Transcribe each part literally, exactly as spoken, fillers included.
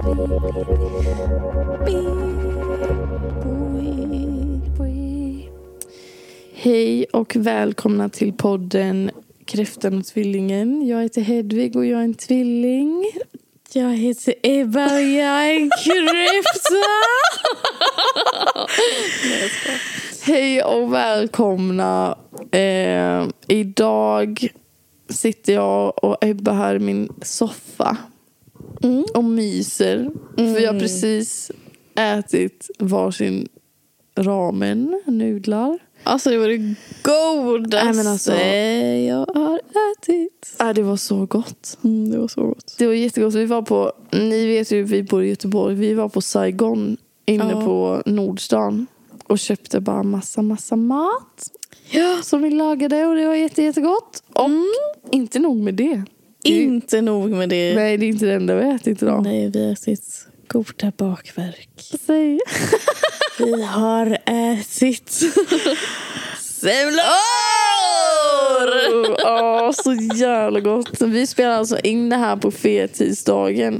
Hej och välkomna till podden Kräftan och tvillingen. Jag heter Hedvig och jag är en tvilling. Jag heter Ebba och jag är en kräfta. Hej och välkomna. Eh, idag sitter jag och Ebba här i min soffa mm. och myser. Mm. För jag har precis ätit varsin ramen, nudlar. Alltså det var det godaste äh, men alltså, jag har ätit. Äh, det var så gott. Mm, det var så gott. Det var jättegott. Vi var på, ni vet ju, vi bor i Göteborg. Vi var på Saigon inne ja. på Nordstan och köpte bara massa, massa mat. Ja. Som vi lagade och det var jätte, jättegott. Och mm. inte nog med det. det inte nog med det. Nej, det är inte det enda vi har ätit idag. Nej, vi har ätit goda bakverk. Säg. Vi har ätit semlor! Åh, oh, så jävla gott. Vi spelar alltså in det här på fettisdagen.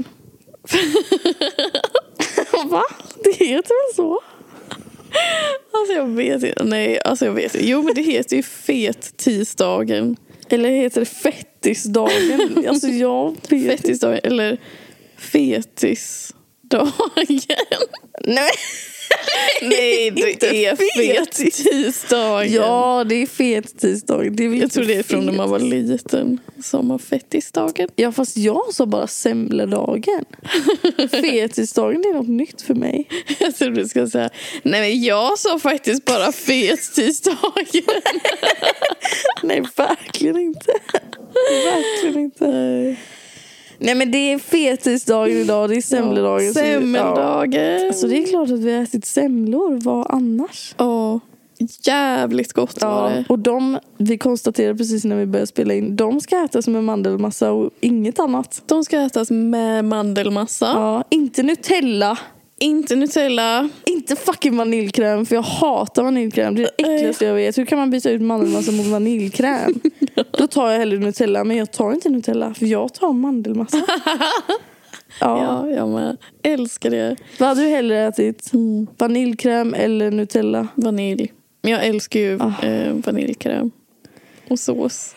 Va? Det heter väl så? Alltså jag vet inte. Nej, alltså jag vet inte. Jo, men det heter ju fet-tisdagen. Eller heter det fettisdagen? Alltså jag vet fettisdagen eller fetisdagen. Nej. Nej, det är fet-tisdagen. Ja, det är fet-tisdagen. Det är jag tror det är från när man var liten. Som var fettisdagen. Ja, fast jag sa bara semledagen. Fettisdagen är något nytt för mig. Jag tror du ska säga. Nej, men jag sa faktiskt bara fet-tisdagen. Nej, verkligen inte. Verkligen inte. Nej. Nej, men det är fettisdagen idag. Det är semledagen. Ja, semmeldagen. Så, ja. Så det är klart att vi har ätit semlor. Vad annars? Ja, jävligt gott ja. var det. Och de, vi konstaterade precis när vi började spela in, de ska ätas med mandelmassa och inget annat. De ska ätas med mandelmassa. Ja, inte Nutella. Inte Nutella. Inte fucking vaniljkräm, för jag hatar vaniljkräm. Det är det äckligaste jag vet. Hur kan man byta ut mandelmassa mot vaniljkräm? Ja. Då tar jag hellre Nutella, men jag tar inte Nutella, för jag tar mandelmassa. Ja, ja jag med. Älskar det. Vad hade du hellre ätit? Mm. Vaniljkräm eller Nutella? Vanilj. Men jag älskar ju ah. eh, vaniljkräm. Och sås.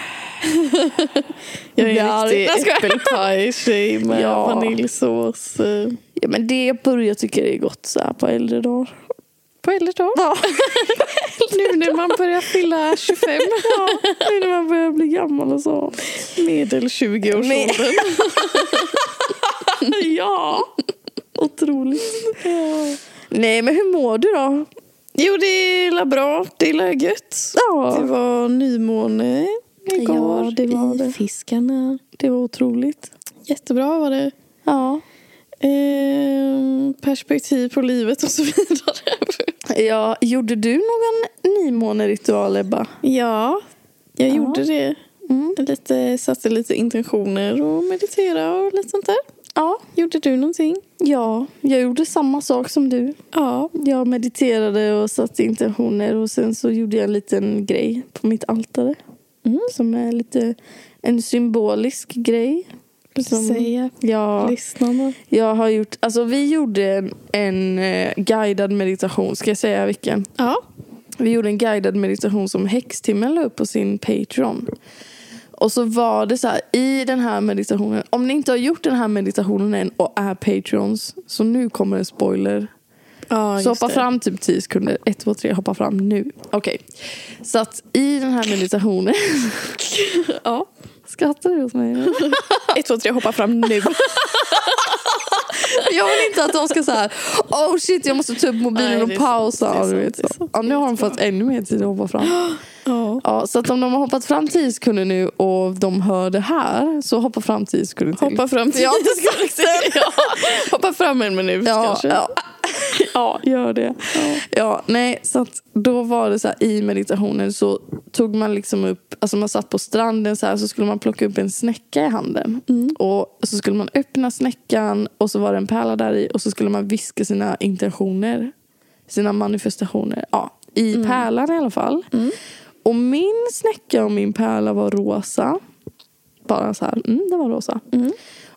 Jag är en riktig äppelpaj-tjej med ja. vaniljsås. Ja, men det börjar tycka det är gott så här på äldre dagar. På äldre dagar? Ja. Nu när man börjar fylla tjugofem. Ja, nu när man börjar bli gammal och så. Medel tjugo-årsåldern. Ja, otroligt. Ja. Nej, men hur mår du då? Jo, det är bra. Det är gött. Ja. Det var nymåne igår. Ja, det var det. Fiskarna. Det var otroligt. Jättebra var det. Ja. Eh, perspektiv på livet och så vidare. Ja, gjorde du någon nymåneritual, Ebba? Ja, jag ja. gjorde det. Mm. Lite, satte lite intentioner och meditera och lite sånt där. Ja. Gjorde du någonting? Ja, jag gjorde samma sak som du. Ja. Jag mediterade och satte intentioner och sen så gjorde jag en liten grej på mitt altare. Mm. Som är lite en symbolisk grej. Som, säga. Ja, lyssnarna. Jag har gjort, alltså vi gjorde en, en eh, guidad meditation, ska jag säga vilken? Ja. Vi gjorde en guidad meditation som Häxtimmen la upp på sin Patreon. Och så var det så här, i den här meditationen, om ni inte har gjort den här meditationen än och är Patreons, så nu kommer en spoiler. Ja, så hoppa det. fram typ tio sekunder. ett, två, tre, hoppa fram nu. Okej. Okay. Så att i den här meditationen ja. Skrattar du hos mig? ett, två, tre, hoppa fram nu. Jag vill inte att de ska så här, oh shit, jag måste ta upp mobilen Nej, och pausa. Sant, du vet, så. Så. Ja, nu har de fått ännu mer tid att hoppa fram. Oh. Ja, så att om de har hoppat fram tio sekunder nu och de hör det här, så hoppa fram tio sekunder till. Hoppa fram tio sekunder. Ja. Hoppa fram en minut ja, kanske. Ja. Ja, gör det. Ja. Ja, nej, så att då var det så här, i meditationen så tog man liksom upp, alltså man satt på stranden så här, så skulle man plocka upp en snäcka i handen. Mm. Och så skulle man öppna snäckan och så var det en pärla där i och så skulle man viska sina intentioner, sina manifestationer, ja, i mm. pärlan i alla fall. Mm. Och min snäcka och min pärla var rosa. Bara så här, mm, det var rosa. Mm.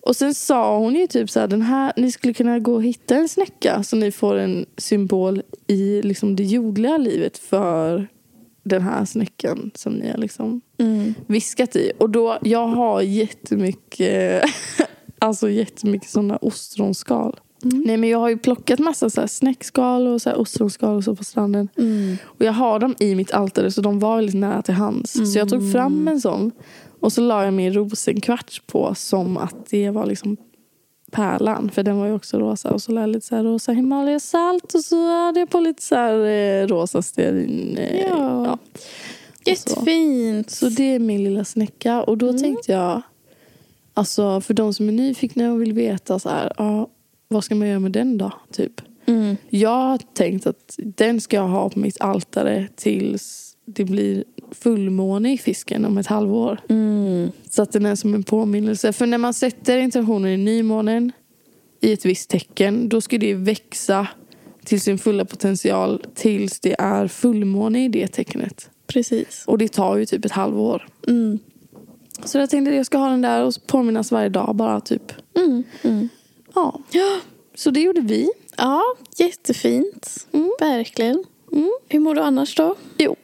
Och sen sa hon ju typ så här, den här, ni skulle kunna gå och hitta en snäcka så ni får en symbol i liksom det jordliga livet för den här snäckan som ni har liksom mm. viskat i. Och då, jag har jättemycket alltså jättemycket sådana ostronskal. Mm. Nej, men jag har ju plockat massa så här snäckskal och så här ostronskal och så på stranden. Mm. Och jag har dem i mitt altare så de var lite nära till hands. Mm. Så jag tog fram en sån och så la jag min rosenkvarts på som att det var liksom pärlan. För den var ju också rosa. Och så la jag lite så här rosa Himalaya-salt och så hade jag på lite så här eh, rosa stearin. Eh, ja. ja. Jättefint. Så. så det är min lilla snäcka. Och då mm. tänkte jag, alltså för de som är nyfikna och vill veta så här, ja, vad ska man göra med den då? Typ. Mm. Jag har tänkt att den ska jag ha på mitt altare tills det blir fullmåne i fisken om ett halvår. Mm. Så att den är som en påminnelse. För när man sätter intentionen i nymånen i ett visst tecken, då ska det växa till sin fulla potential tills det är fullmåne i det tecknet. Precis. Och det tar ju typ ett halvår. Mm. Så jag tänkte att jag ska ha den där och påminnas varje dag bara typ. Mm. Mm. Ja. ja, så det gjorde vi. Ja, jättefint. Mm. Verkligen. Mm. Hur mår du annars då? Jo.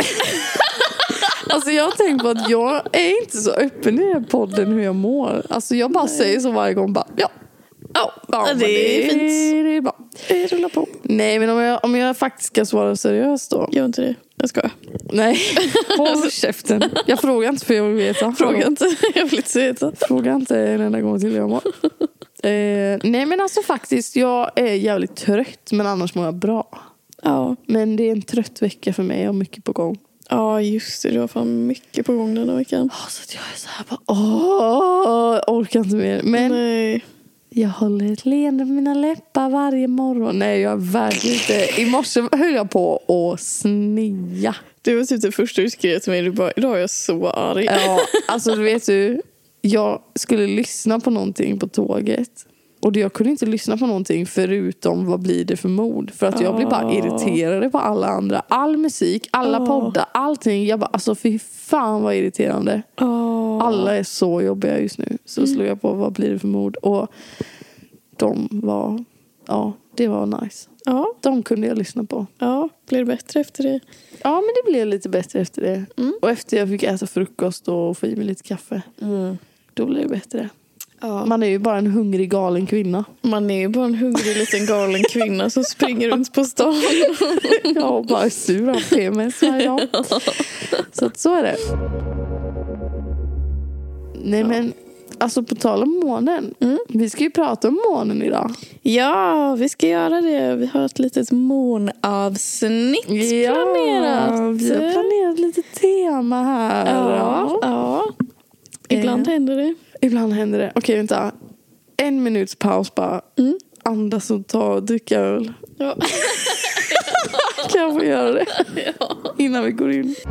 Alltså jag har tänkt på att jag är inte så öppen i den här podden hur jag mår. Alltså jag bara Nej. säger så varje gång bara, ja. Ja, ja det, det är fint. Det är bra. Det rullar på. Nej, men om jag, om jag faktiskt ska svara seriöst då. Gör inte det. Jag ska. Nej, håll käften. Jag frågar inte för jag vill veta. Fråga inte, jag vill inte veta. Fråga inte en enda gång till jag mår. Eh, nej men alltså faktiskt, jag är jävligt trött, men annars mår jag bra. Ja. Men det är en trött vecka för mig, jag har mycket på gång. Ja, just det, du har fan mycket på gång den här veckan. Oh, så att jag är så här bara, åh, jag orkar inte mer. Men nej. Jag håller ett leende på mina läppar varje morgon. Nej, jag verkligen inte. I morse höll jag på att snia. Det var typ det första du skrev till mig. Du bara, idag är jag så arg. Ja, alltså du vet du, jag skulle lyssna på någonting på tåget. Och jag kunde inte lyssna på någonting förutom vad blir det för mod. För att jag blir bara irriterad på alla andra. All musik, alla oh. poddar, allting. Jag bara, alltså fy fan vad irriterande. Oh. Alla är så jobbiga just nu. Så slog jag på vad blir det för mod. Och de var, ja, det var nice. Ja. De kunde jag lyssna på. Ja, blev det bättre efter det? Ja, men det blev lite bättre efter det. Mm. Och efter jag fick äta frukost och få i mig lite kaffe. Mm. Då blev det bättre. Ja. Man är ju bara en hungrig galen kvinna. Man är ju bara en hungrig liten galen kvinna som springer runt på stan. Ja, och bara är sur av P M S varje dag. Så att så är det. Nej, ja. Men alltså på tal om månen. Mm. Vi ska ju prata om månen idag. Ja, vi ska göra det. Vi har ett litet månavsnitt ja, planerat. Vi har planerat lite tema här. Ja, ja. Ibland eh. händer det. Ibland händer det. Okej, vänta. En minuts paus bara. Mm. Andas och ta och dricka öl. Ja. Kan jag få göra det? Ja. Innan vi går in.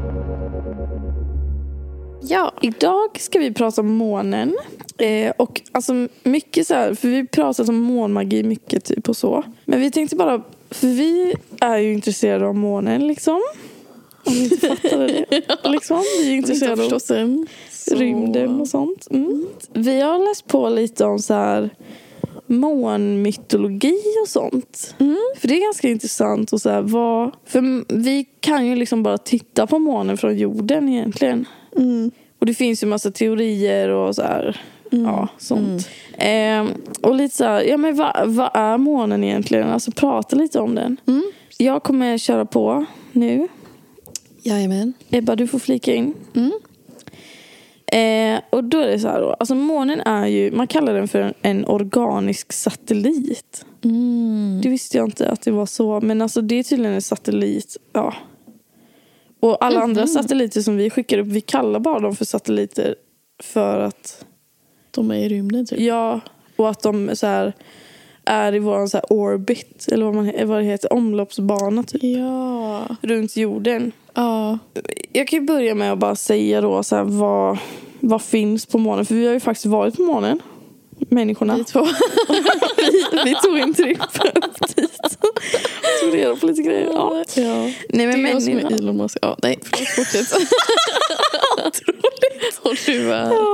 Ja, idag ska vi prata om månen. Eh, och alltså mycket så här, för vi pratat om månmagi mycket typ och så. Men vi tänkte bara, för vi är ju intresserade av månen liksom. Om ni inte fattade det. Ja. Liksom, vi är intresserade av den. Rymden och sånt. Mm. Vi har läst på lite om så här månmytologi och sånt. Mm. För det är ganska intressant och så här, vad, för vi kan ju liksom bara titta på månen från jorden egentligen. Mm. Och det finns ju massa teorier och så här, mm. ja, sånt. Mm. Eh, och lite så här, ja men vad, vad är månen egentligen? Alltså prata lite om den. Mm. Jag kommer köra på nu. Jajamän. Ebba, du får flika in. Mm. Eh, och då är det så här då. Alltså månen är ju, man kallar den för en organisk satellit. Mm. Det visste jag inte att det var så. Men alltså det är tydligen en satellit. Ja. Och alla mm. andra satelliter som vi skickar upp, vi kallar bara dem för satelliter för att de är i rymden typ. Ja, och att de så här är i vår så här orbit, eller vad, man, vad det heter, omloppsbana typ. Ja. Runt jorden. Ja. Jag kan ju börja med att bara säga då så här, vad, vad finns på månen. För vi har ju faktiskt varit på månen. Människorna. Vi två. vi, vi tog en tripp upp dit. Tog reda på lite grejer. Ja. Ja. Nej, men det är jag som är Elon Musk. Ja, nej, förlåt, fortsätt. Otroligt. Och du är... Ja.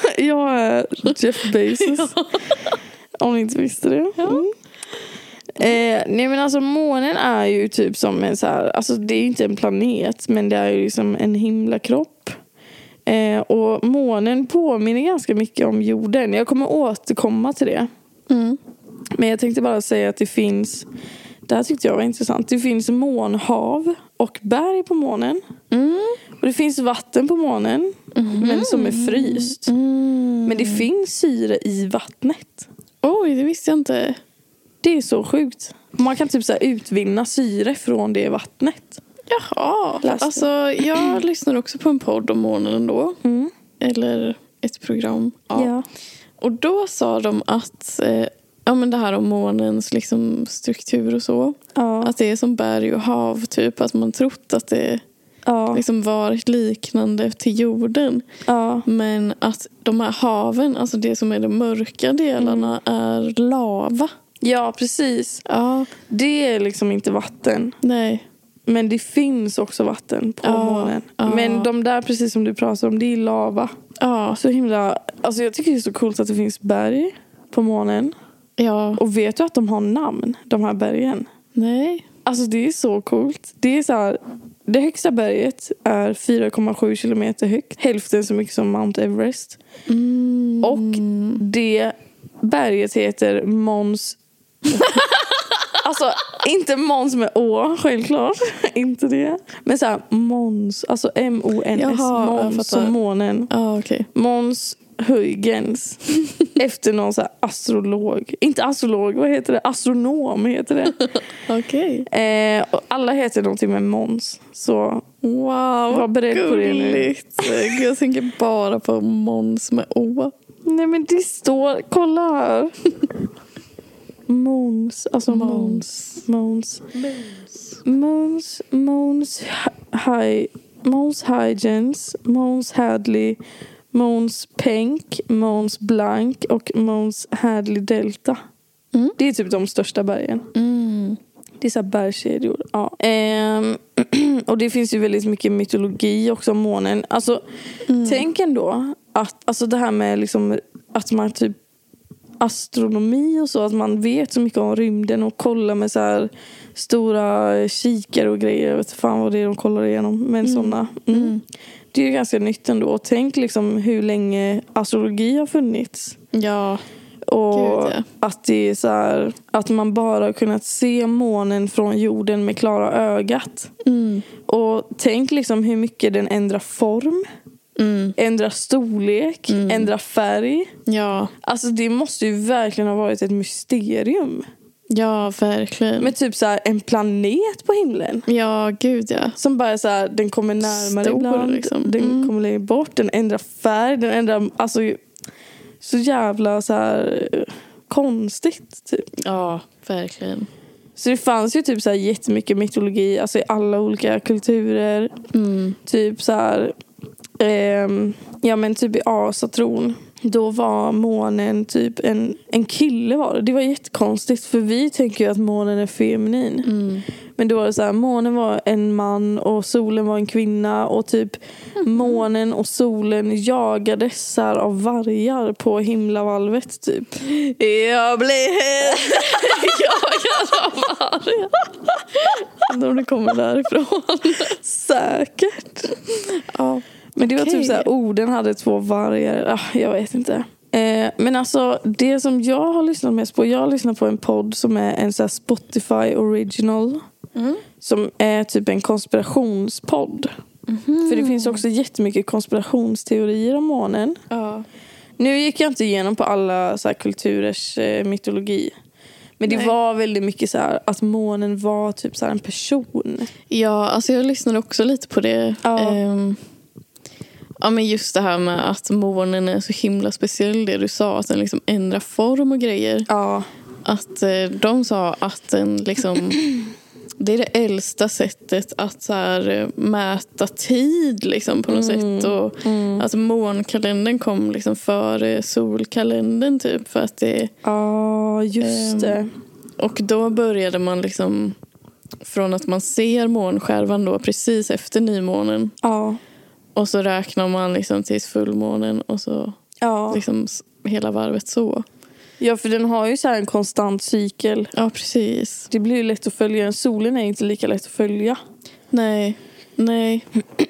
Jag är Jeff Bezos. Ja. Om ni inte visste det. Ja. Mm. Eh, nej men alltså månen är ju typ som en så här, alltså det är ju inte en planet, men det är ju liksom en himlakropp. Eh, och månen påminner ganska mycket om jorden. Jag kommer återkomma till det. Mm. Men jag tänkte bara säga att det finns, det här tyckte jag var intressant, det finns månhav och berg på månen. Mm. Och det finns vatten på månen, mm. men som är fryst. Mm. Men det finns syre i vattnet. Oj, det visste jag inte. Det är så sjukt. Man kan typ så här utvinna syre från det vattnet. Jaha, Läste. Alltså jag lyssnar också på en podd om månen ändå. Mm. Eller ett program. Ja. Ja. Och då sa de att eh, ja, men det här om månens liksom, struktur och så. Ja. Att det är som berg och hav typ. Att man trott att det ja. liksom varit liknande till jorden. Ja. Men att de här haven, alltså det som är de mörka delarna, mm. är lava. Ja, precis. Ja. Det är liksom inte vatten. Nej. Men det finns också vatten på ja. månen. Ja. Men de där, precis som du pratar om, det är lava. Ja. Så himla... Alltså jag tycker det är så coolt att det finns berg på månen. Ja. Och vet du att de har namn, de här bergen? Nej. Alltså det är så coolt. Det är så här... Det högsta berget är fyra komma sju kilometer högt. Hälften så mycket som Mount Everest. Mm. Och det berget heter Mons... Alltså, inte Måns med Å, självklart. Inte det. Men så här, Måns, alltså M O N S, Måns som månen. Ah, okay. Måns Huygens. Efter någon så här astrolog. Inte astrolog, vad heter det? Astronom heter det. Okej. Okay. Eh, och alla heter någonting med Måns. Så wow, var beredd på det nu. Jag tänker bara på Måns med Å. Nej, men det står, kolla här. Måns, alltså Måns, Måns, Måns, Måns, Hi, Måns Huygens, Måns Hadley, Måns Penck, Måns Blank och Måns Hadley Delta. Mm. Det är typ de största bergen. Mm. Det är så här bergskedjor. Ja. Ehm, och det finns ju väldigt mycket mytologi också om månen. Alltså, mm. tänk ändå att alltså det här med liksom, att man typ astronomi och så, att man vet så mycket om rymden och kollar med så här stora kikare och grejer. Jag vet inte fan vad det är de kollar igenom. Men mm. sådana. Mm. Mm. Det är ju ganska nytt ändå. Tänk liksom hur länge astrologi har funnits. Ja. Och Gud, ja. Att det är så här, att man bara har kunnat se månen från jorden med klara ögat. Mm. Och tänk liksom hur mycket den ändrar form. Mm. Ändra storlek, mm. ändra färg. Ja. Alltså det måste ju verkligen ha varit ett mysterium. Ja, verkligen. Med typ så här en planet på himlen. Ja, gud ja. Som bara så här, den kommer närmare Stor, ibland. Liksom. Den mm. kommer längre bort, den ändrar färg, den ändrar, alltså så jävla så här konstigt typ. Ja, verkligen. Så det fanns ju typ så här jättemycket mytologi, alltså i alla olika kulturer. Mm. Typ så här Um, ja men typ i asatron, då var månen typ en, en kille var det. Det var jättekonstigt, för vi tänker ju att månen är feminin. Mm. Men då var det så här, månen var en man och solen var en kvinna. Och typ mm. månen och solen jagades så här av vargar på himlavalvet typ. Jag blev jagad av vargar. Undrar om det kommer därifrån. Säkert. Ja. Men det var okay. typ så här, orden hade två vargar. Ah, jag vet inte. Eh, men alltså, det som jag har lyssnat mest på. Jag har lyssnat på en podd som är en så här Spotify original. Mm. Som är typ en konspirationspodd. Mm. För det finns också jättemycket konspirationsteorier om månen. Ja. Nu gick jag inte igenom på alla så här kulturers eh, mytologi. Men det Nej. var väldigt mycket så här att månen var typ så här en person. Ja, alltså jag lyssnade också lite på det. Ja. Um... Ja, men just det här med att månen är så himla speciell, det du sa, att den liksom ändrar form och grejer. Ja. Att eh, de sa att den liksom, det är det äldsta sättet att så här, mäta tid liksom, på något mm. sätt. Och mm. att månkalendern kom liksom före solkalendern typ, för att det... Ja, just eh, det. Och då började man liksom, från att man ser månskärvan då precis efter nymånen. Ja. Och så räknar man liksom tills fullmånen och så Ja. Liksom hela varvet så. Ja, för den har ju så här en konstant cykel. Ja, precis. Det blir ju lätt att följa. Solen är inte lika lätt att följa. Nej, nej.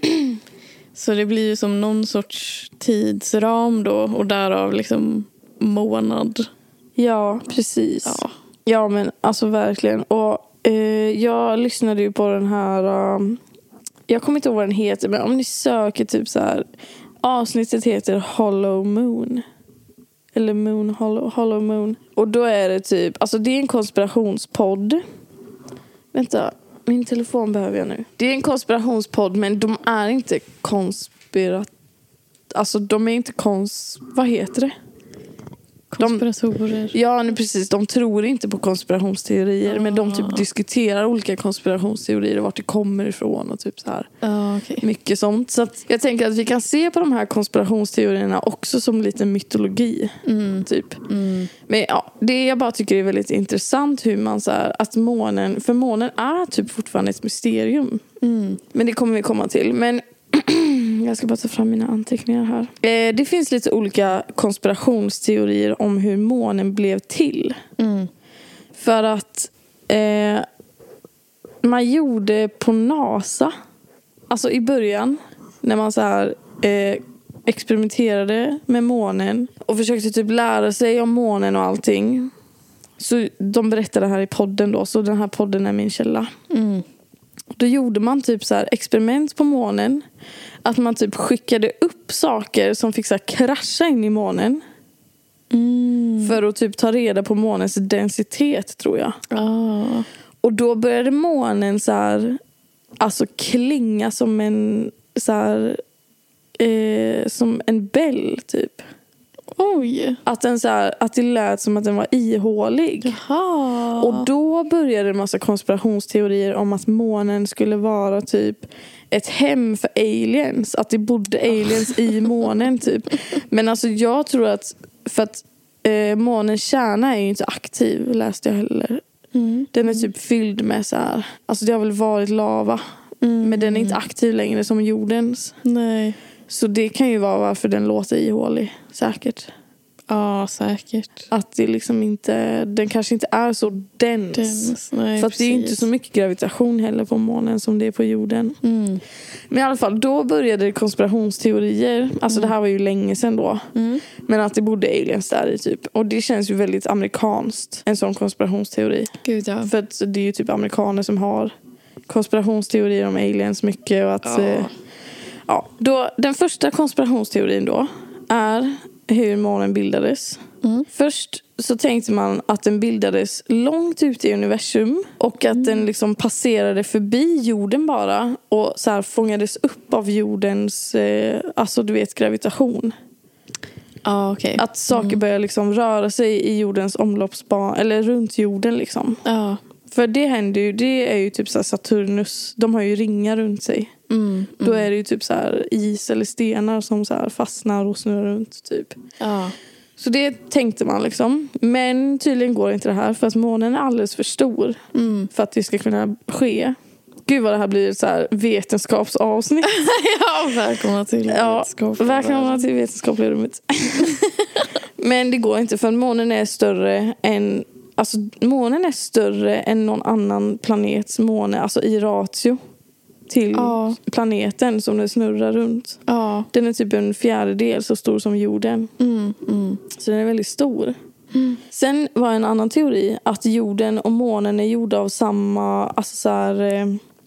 Så det blir ju som någon sorts tidsram då. Och därav liksom månad. Ja, precis. Ja, ja men alltså verkligen. Och eh, jag lyssnade ju på den här... Um, jag kommer inte ihåg vad den heter. Men om ni söker typ så här... Avsnittet heter Hollow Moon. Eller Moon, Hollow, Hollow Moon. Och då är det typ... Alltså det är en konspirationspodd. Vänta, min telefon behöver jag nu. Det är en konspirationspodd, men de är inte konspirat... Alltså de är inte kons... Vad heter det? konspiratorer. De, ja, nu precis. De tror inte på konspirationsteorier. Ah. Men de typ diskuterar olika konspirationsteorier och vart det kommer ifrån och typ så här. Ah, okay. Mycket sånt. Så att jag tänker att vi kan se på de här konspirationsteorierna också som lite mytologi. Mm. Typ. Mm. Men ja, det jag bara tycker är väldigt intressant hur man så här, att månen, för månen är typ fortfarande ett mysterium. Mm. Men det kommer vi komma till. Men jag ska bara ta fram mina anteckningar här. Eh, det finns lite olika konspirationsteorier om hur månen blev till. Mm. För att eh, man gjorde på NASA, alltså i början, när man så här eh, experimenterade med månen och försökte typ lära sig om månen och allting. Så de berättade här i podden då, så den här podden är min källa. Mm. Då gjorde man typ så här experiment på månen. Att man typ skickade upp saker som fick så här krascha in i månen. Mm. För att typ ta reda på månens densitet, tror jag. Ah. Och då började månen så här, alltså klinga som en så här, eh, som en bell typ. Oj. Att, den så här, att det lät som att den var ihålig. Jaha. Och då började en massa konspirationsteorier om att månen skulle vara typ ett hem för aliens. Att det bodde aliens i månen typ. Men alltså jag tror att, för att eh, månens kärna är ju inte aktiv, läste jag heller. Mm. Den är typ fylld med så här, alltså det har väl varit lava. Mm. Men den är inte aktiv längre som jordens. Nej. Så det kan ju vara varför den låter ihålig, säkert. Ja, säkert. Att det liksom inte, den kanske inte är så dens. dens. Nej, för att precis. det är inte så mycket gravitation heller på månen som det är på jorden. Mm. Men i alla fall, då började konspirationsteorier. Alltså mm. det här var ju länge sedan då. Mm. Men att det bodde aliens där i typ. Och det känns ju väldigt amerikanskt, en sån konspirationsteori. Gud, ja. För att det är ju typ amerikaner som har konspirationsteorier om aliens mycket. Och att, Ja. Eh, ja, då, den första konspirationsteorin då är hur månen bildades. Mm. Först så tänkte man att den bildades långt ute i universum. Och att mm. den liksom passerade förbi jorden bara. Och så här fångades upp av jordens, eh, alltså du vet, gravitation. Ah, okay. Att saker mm. börjar liksom röra sig i jordens omloppsbana. Eller runt jorden liksom. Ah. För det händer ju, det är ju typ så här Saturnus. De har ju ringar runt sig. Mm, mm. Då är det ju typ så här is eller stenar som så här fastnar och snurrar runt typ. Ja. Så det tänkte man liksom. Men tydligen går inte det här för att månen är alldeles för stor mm. för att det ska kunna ske. Gud vad det här blir ett så här vetenskapsavsnitt. Ja, välkomna till vetenskapliga ja, välkomna till vetenskapliga rummet. Men det går inte för månen är större än, alltså månen är större än någon annan planets måne, alltså i ratio till ja. planeten som den snurrar runt. Ja. Den är typ en fjärdedel så stor som jorden. Mm, mm. Så den är väldigt stor. Mm. Sen var en annan teori att jorden och månen är gjorda av samma, alltså så här, eh,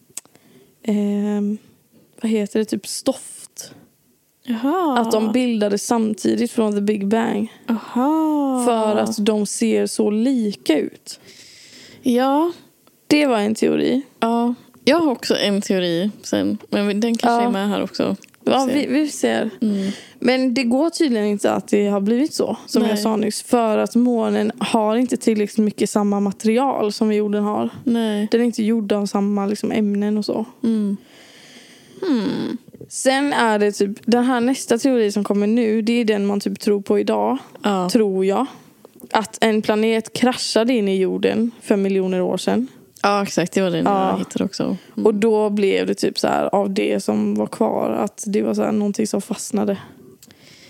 eh, vad heter det, typ stoft. Jaha. Att de bildades samtidigt från the Big Bang. Aha. För att de ser så lika ut. Ja. Det var en teori. Ja. Jag har också en teori sen. Men den kanske ja. är med här också. Vi ja, vi, vi ser. Mm. Men det går tydligen inte att det har blivit så. Som Nej. jag sa nyss. För att månen har inte tillräckligt mycket samma material som jorden har. Nej. Den är inte gjord av samma liksom, ämnen och så. Mm. Hmm. Sen är det typ, den här nästa teori som kommer nu, det är den man typ tror på idag. Ja. Tror jag. Att en planet kraschade in i jorden för miljoner år sedan. Ja, exakt. Det var den ja. jag hittade också. Mm. Och då blev det typ så här av det som var kvar. Att det var så här någonting som fastnade.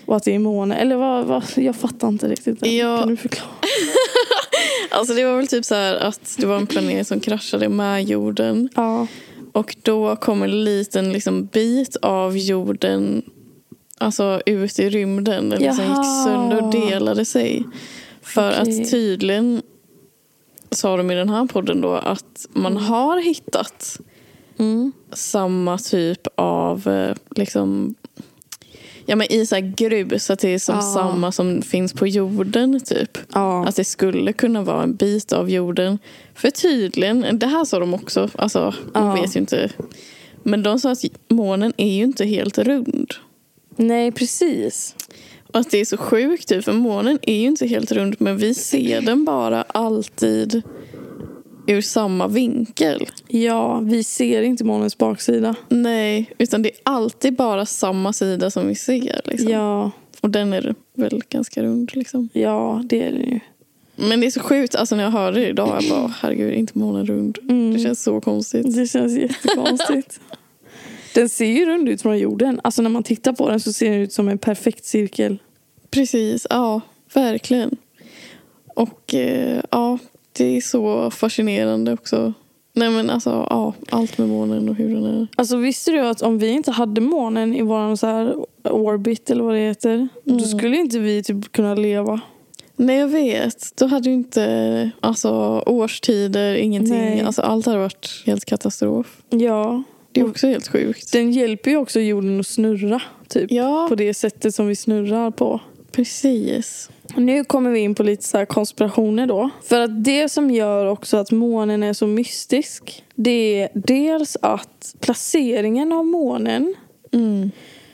Och att det är månen. Eller vad, vad, jag fattar inte riktigt. Ja. Kan du förklara? Alltså det var väl typ så här att det var en planet som kraschade med jorden. Ja. Och då kom en liten liksom bit av jorden alltså ut i rymden. Den liksom gick sönder och delade sig. För okay. att tydligen sa de i den här podden då att man mm. har hittat mm. samma typ av liksom ja men i så här grus att det är som ah. samma som finns på jorden typ. Ah. Att det skulle kunna vara en bit av jorden. För tydligen, det här sa de också, alltså jag ah. vet ju inte. Men de sa att månen är ju inte helt rund. Nej, precis. Och att det är så sjukt typ, för månen är ju inte helt rund, men vi ser den bara alltid ur samma vinkel. Ja, vi ser inte månens baksida. Nej, utan det är alltid bara samma sida som vi ser. Liksom. Ja. Och den är väl ganska rund liksom. Ja, det är det ju. Men det är så sjukt, alltså när jag hörde det idag, jag bara, herregud, är inte månen rund? Mm. Det känns så konstigt. Det känns jättekonstigt. Den ser ju rund ut från jorden. Alltså när man tittar på den så ser den ut som en perfekt cirkel. Precis, ja, verkligen. Och eh, ja, det är så fascinerande också. Nej men alltså, ja, allt med månen och hur den är. Alltså visste du att om vi inte hade månen i våran så här orbit eller vad det heter, mm. då skulle inte vi typ kunna leva. Nej, jag vet. Då hade ju inte alltså årstider, ingenting. Nej. Alltså allt hade varit helt katastrof. Ja. Det är också helt sjukt. Den hjälper ju också jorden att snurra typ. Ja. På det sättet som vi snurrar på. Precis. Nu kommer vi in på lite så här konspirationer då. För att det som gör också att månen är så mystisk, det är dels att placeringen av månen mm.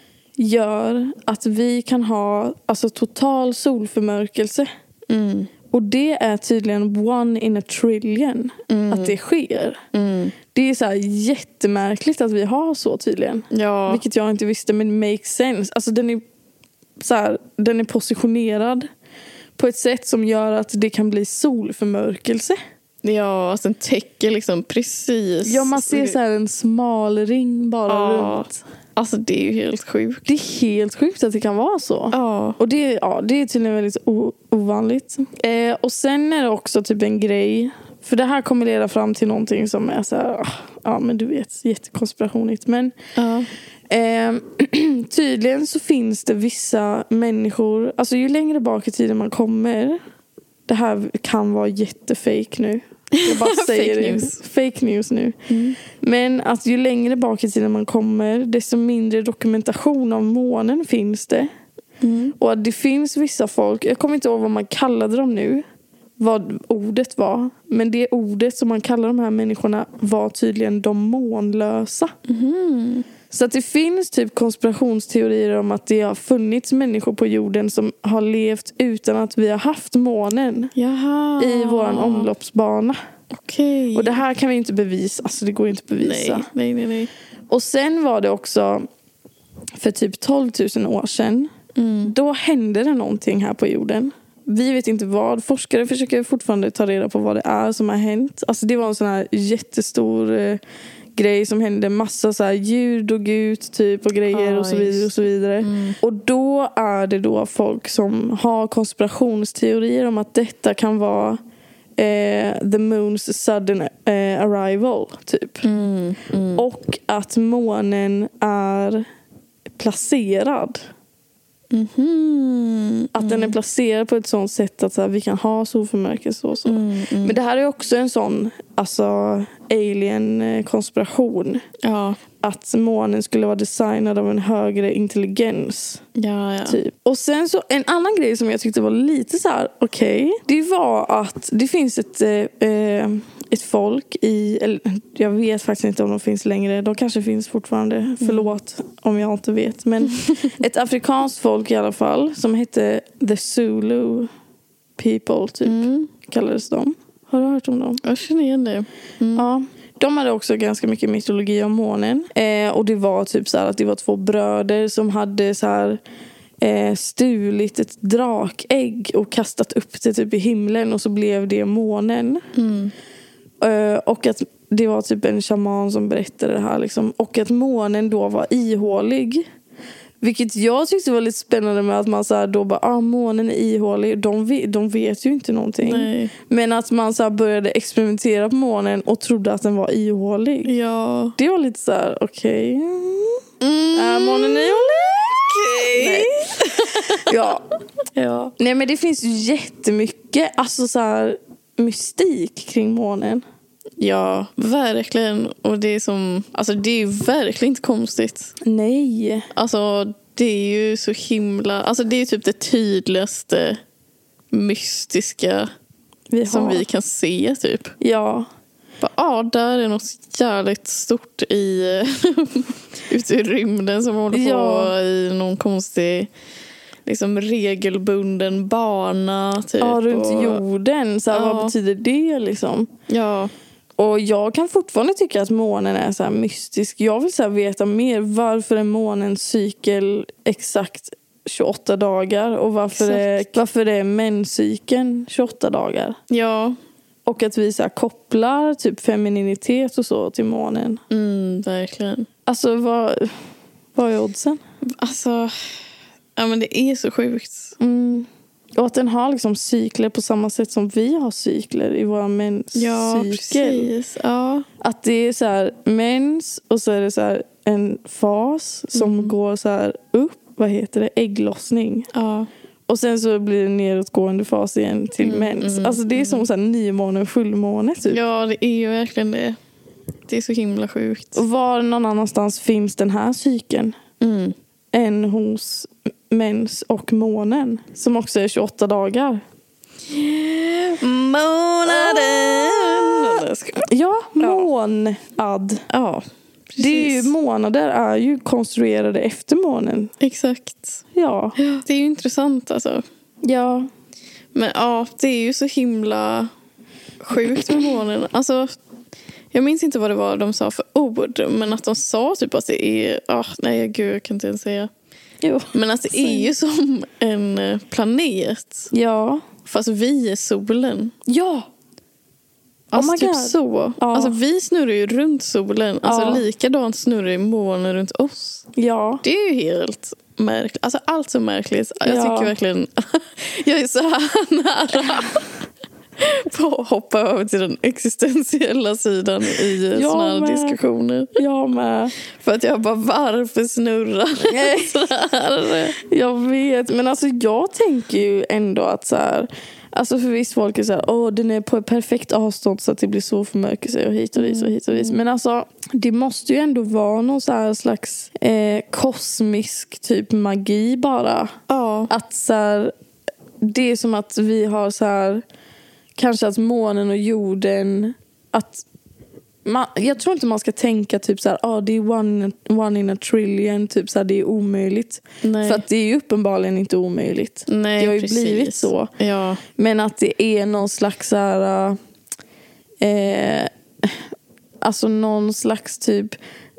gör att vi kan ha alltså total solförmörkelse. Mm. Och det är tydligen one in a trillion mm. att det sker. Mm. Det är så här jättemärkligt att vi har så tydligen. Ja. Vilket jag inte visste, men det makes sense. Alltså den är så här, den är positionerad på ett sätt som gör att det kan bli solförmörkelse. Ja, alltså den täcker liksom precis. Ja, man ser så här en smal ring bara ja. runt. Alltså det är ju helt sjukt. Det är helt sjukt att det kan vara så. Ja. Och det, ja, det är tydligen väldigt o- ovanligt. Eh, och sen är det också typ en grej. För det här kommer leda fram till någonting som är så här, ja men du vet, jättekonspirationigt. Men ja. eh, tydligen så finns det vissa människor, alltså ju längre bak i tiden man kommer, det här kan vara jättefake nu. Jag bara säger fake, news. fake news nu. Mm. Men att ju längre bak i tiden man kommer, desto mindre dokumentation av månen finns det. Mm. Och att det finns vissa folk, jag kommer inte ihåg vad man kallade dem nu, vad ordet var. Men det ordet som man kallar de här människorna var tydligen de månlösa. Mm. Så att det finns typ konspirationsteorier om att det har funnits människor på jorden som har levt utan att vi har haft månen. Jaha. I våran omloppsbana. Okej. Och det här kan vi inte bevisa. Alltså det går inte att bevisa. Nej, nej, nej, nej. Och sen var det också för typ tolv tusen år sedan. Mm. Då hände det någonting här på jorden. Vi vet inte vad. Forskare försöker fortfarande ta reda på vad det är som har hänt. Alltså det var en sån här jättestor eh, grej som hände. Massa så här djur dog ut typ och grejer ah, och så vidare och så vidare. Mm. Och då är det då folk som har konspirationsteorier om att detta kan vara eh, the moon's sudden eh, arrival typ. Mm. Mm. Och att månen är placerad. Mm-hmm. Att den är placerad på ett sånt sätt att så här, vi kan ha solförmörkelse och så. Mm, mm. Men det här är också en sån alltså alien-konspiration. Ja. Att månen skulle vara designad av en högre intelligens. Ja, ja. Typ. Och sen så en annan grej som jag tyckte var lite så här okej. Okay, det var att det finns ett eh, ett folk i, eller, jag vet faktiskt inte om de finns längre. De kanske finns fortfarande, förlåt mm. om jag inte vet. Men ett afrikanskt folk i alla fall som hette The Zulu People typ, mm. kallades de. Har du hört om dem? Jag känner igen det. Mm. Ja. De hade också ganska mycket mytologi om månen. Eh, och det var typ så här att det var två bröder som hade så här eh, stulit ett drakägg och kastat upp det typ i himlen och så blev det månen. Mm. Uh, och att det var typ en shaman som berättade det här liksom. Och att månen då var ihålig. Vilket jag tyckte var lite spännande med att man så här, då bara, ah, månen är ihålig. De vet, de vet ju inte någonting. Nej. Men att man så här började experimentera på månen och trodde att den var ihålig. Ja. Det var lite så här, okej. Okay. Mm. Är månen ihålig? Okej. Nej. Ja. Ja. Nej, men det finns ju jättemycket alltså så här, mystik kring månen. Ja, verkligen. Och det är som, alltså det är ju verkligen inte konstigt. Nej. Alltså det är ju så himla, alltså det är ju typ det tydligaste mystiska Vi som har. vi kan se typ. Ja. Bara, ja, där är något jävligt stort i ute i rymden som håller på Ja. i någon konstig liksom regelbunden bana typ. Ja, runt och, jorden. Så här, Ja. vad betyder det liksom? Ja. Och jag kan fortfarande tycka att månen är så här mystisk. Jag vill så här veta mer. Varför är månens cykel exakt tjugoåtta dagar? Och varför är, varför är menscykeln tjugoåtta dagar? Ja. Och att vi så här kopplar typ femininitet och så till månen. Mm, verkligen. Alltså, vad, vad är oddsen? Alltså, ja men det är så sjukt. Mm. Och att den har liksom cykler på samma sätt som vi har cykler i våra menscykel. Ja, precis. Ja. Att det är så här mens och så är det så här en fas som Mm. går så här upp. Vad heter det? Ägglossning. Ja. Och sen så blir det nedåtgående fas igen till Mm, mens. mm, Alltså det är som så här nymåne och fullmåne typ. Ja, det är ju verkligen det. Det är så himla sjukt. Och var någon annanstans finns den här cykeln? Mm. Än hos mens och månen. Som också är tjugoåtta dagar. Månaden! Ja, månad. Ja, precis. Det är ju, månader är ju konstruerade efter månen. Exakt. Ja. Det är ju intressant alltså. Ja. Men ja, det är ju så himla sjukt med månen. Alltså, jag minns inte vad det var de sa för ord. Men att de sa typ att det är... Ah, nej, gud, jag kan inte ens säga. Jo. Men att det är ju som en planet. Ja. Fast vi är solen. Ja. Alltså Oh my typ God. så. Ja. Alltså vi snurrar ju runt solen. Alltså Ja. likadant snurrar ju månen runt oss. Ja. Det är ju helt märkligt. Alltså allt så märkligt. Jag Ja. tycker verkligen... jag är så här nära på att hoppa över till den existentiella sidan i Jag såna här med. diskussioner. Jag med. För att jag bara, varför snurrar så här? Jag vet. Men alltså jag tänker ju ändå att så här... Alltså för visst folk är så här, åh, den är på ett perfekt avstånd så att det blir så förmörkelse och hit och dit och hit och dit. Men alltså, det måste ju ändå vara någon så här slags eh, kosmisk typ magi bara. Ja. Att så här, det är som att vi har så här, kanske att månen och jorden, att man, jag tror inte man ska tänka typ så här, ah, det är one, one in a trillion, typ så här, det är omöjligt. Nej. För att det är ju uppenbarligen inte omöjligt. Nej, det har ju precis. blivit så. Ja. Men att det är någon slags så här, eh, alltså någon slags typ,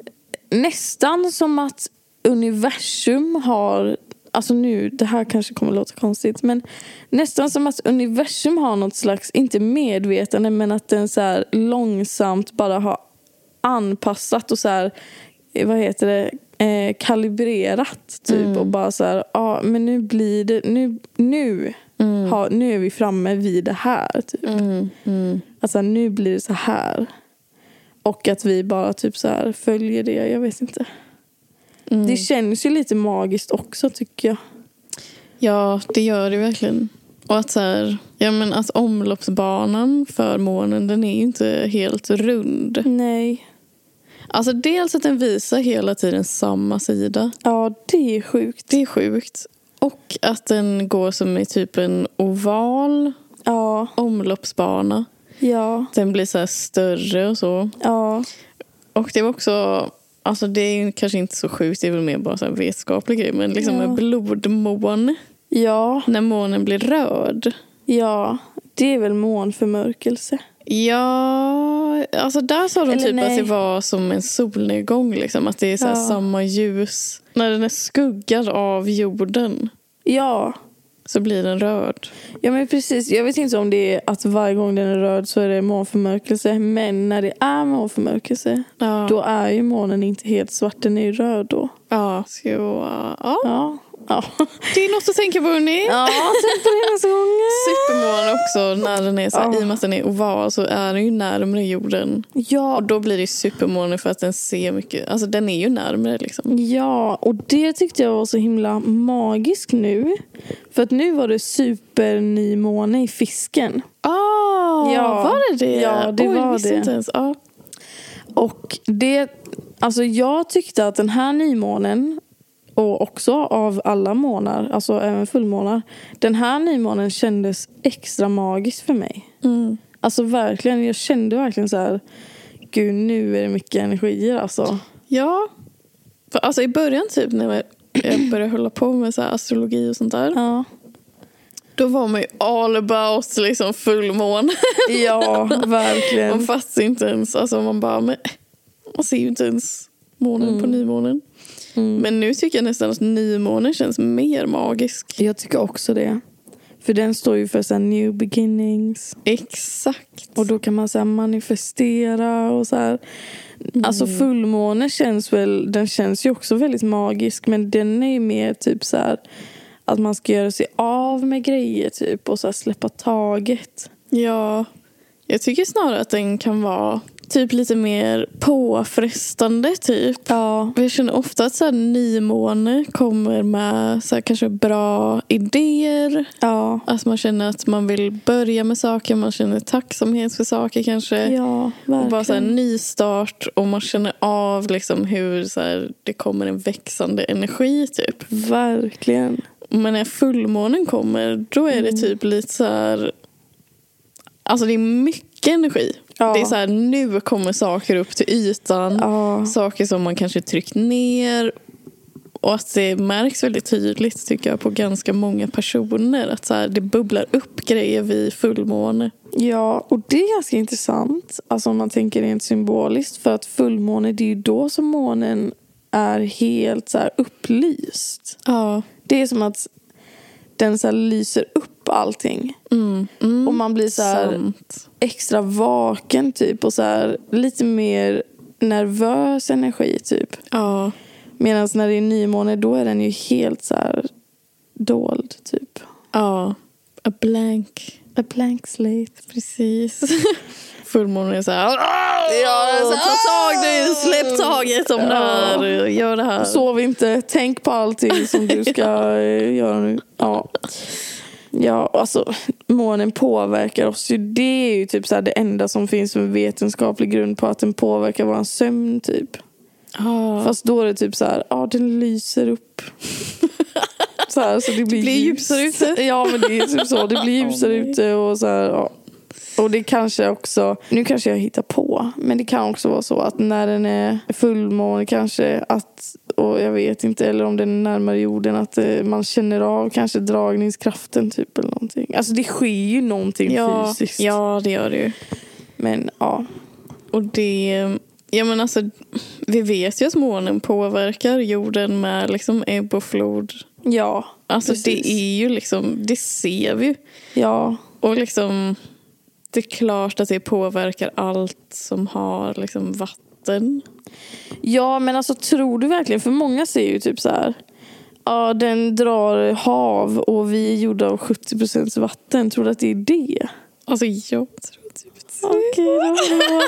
nästan som att universum har, alltså nu, det här kanske kommer låta konstigt, men nästan som att universum har något slags, inte medvetande, men att den så här långsamt bara har anpassat och så här, vad heter det, eh, kalibrerat typ. Mm. Och bara så här, ja, ah, men nu blir det, nu, nu, mm. har, nu är vi framme vid det här typ. Mm. Mm. Alltså nu blir det så här. Och att vi bara typ så här följer det, jag vet inte. Mm. Det känns ju lite magiskt också, tycker jag. Ja, det gör det verkligen. Och att så här, ja men att omloppsbanan för månen, den är ju inte helt rund. Nej. Alltså dels att den visar hela tiden samma sida. Ja, det är sjukt. Det är sjukt. Och att den går som i typ en oval ja. omloppsbana. Ja. Den blir så här större och så. Ja. Och det var också, alltså det är ju kanske inte så sjukt, det är väl mer bara så här vetenskaplig grej, men liksom ja. en blodmån. Ja. När månen blir röd. Ja, det är väl månförmörkelse. Ja, alltså där sa de Eller typ nej. att det var som en solnedgång liksom, att det är så här ja. samma ljus när den är skuggad av jorden. Ja. så blir den röd. Ja men precis, jag vet inte om det är att varje gång den är röd så är det månförmörkelse. Men när det är månförmörkelse, ja. Då är ju månen inte helt svart, den är ju röd då. Ja, så ja. Ja. Ja. Det är något att tänka på, hörni. Ja, tänk på det nästa gång. Supermånen också, när den är så här, ja. I och med att den är oval så är den ju närmare jorden. Ja. Och då blir det supermånen för att den ser mycket, alltså den är ju närmare liksom. Ja, och det tyckte jag var så himla magisk nu. För att nu var det supernymåne i fisken. Ah, ja. Var det det? Ja, det Oj, var det. Inte ens. Ah. Och det, alltså jag tyckte att den här nymånen, och också av alla månar, alltså även fullmånar, den här nymånen kändes extra magisk för mig. Mm. Alltså verkligen, jag kände verkligen så här, gud nu är det mycket energier alltså. Ja, för alltså i början typ när jag började hålla på med så här astrologi och sånt där. Ja. Då var man ju all about liksom fullmån. Ja, verkligen. Man fattar inte ens, alltså man bara, men man ser ju inte ens månen mm. på nymånen. Mm. Men nu tycker jag nästan att nymånen känns mer magisk. Jag tycker också det. För den står ju för så här new beginnings. Exakt. Och då kan man så här manifestera och så här. Mm. Alltså fullmånen känns väl, den känns ju också väldigt magisk. Men den är ju mer typ så här att man ska göra sig av med grejer typ. Och så här släppa taget. Ja, jag tycker snarare att den kan vara typ lite mer påfrestande typ. Ja. Jag känner ofta att så här nymåne kommer med så här kanske bra idéer. Ja. Att man känner att man vill börja med saker. Man känner tacksamhet för saker kanske. Ja, verkligen. Och bara så här nystart. Och man känner av liksom hur så här, det kommer en växande energi typ. Verkligen. Men när fullmånen kommer, då är det mm. typ lite så här, alltså det är mycket energi. Ja. Det är så här, nu kommer saker upp till ytan. Ja. Saker som man kanske tryckt ner. Och att det märks väldigt tydligt tycker jag på ganska många personer. Att så här, det bubblar upp grejer vid fullmåne. Ja, och det är ganska intressant. Alltså om man tänker rent symboliskt. För att fullmåne, det är ju då som månen är helt så här upplyst. Ja. Det är som att den så här lyser upp allting. Mm, mm, och man blir så här sant. Extra vaken typ. Och så här lite mer nervös energi typ. Ja. Medan när det är nymåne, då är den ju helt så här dold typ. Ja. A blank. A blank slate. Precis. Fullmånen är så här. Ja, så ta tag nu, släpp taget om ja. Det här, gör det här. Sov inte, tänk på allting som du ska göra nu. Ja. Ja, alltså månen påverkar oss ju. Det är ju typ så här det enda som finns med vetenskaplig grund på att den påverkar våran sömn typ. Ah. Fast då är det typ så här, ja den lyser upp. Så här, så det blir, det blir ljusare ute. Ja, men det är typ så, det blir ljusare oh, ute och så här, ja. Och det kanske också, nu kanske jag hittar på, men det kan också vara så att när den är fullmåne kanske att, och jag vet inte, eller om den är närmare jorden, att man känner av kanske dragningskraften typ eller någonting. Alltså det sker ju någonting ja, fysiskt. Ja, det gör det ju. Men ja. Och det, ja men alltså, vi vet ju att månen påverkar jorden med liksom ebb och flod. Ja, alltså precis. Det är ju liksom, det ser vi ju. Ja. Och liksom, det är klart att det påverkar allt som har liksom vatten. Ja, men alltså tror du verkligen, för många säger ju typ så här, ja den drar hav och vi är gjorda av sjuttio procent vatten. Tror du att det är det? Alltså jag tror typ det. Okej, då.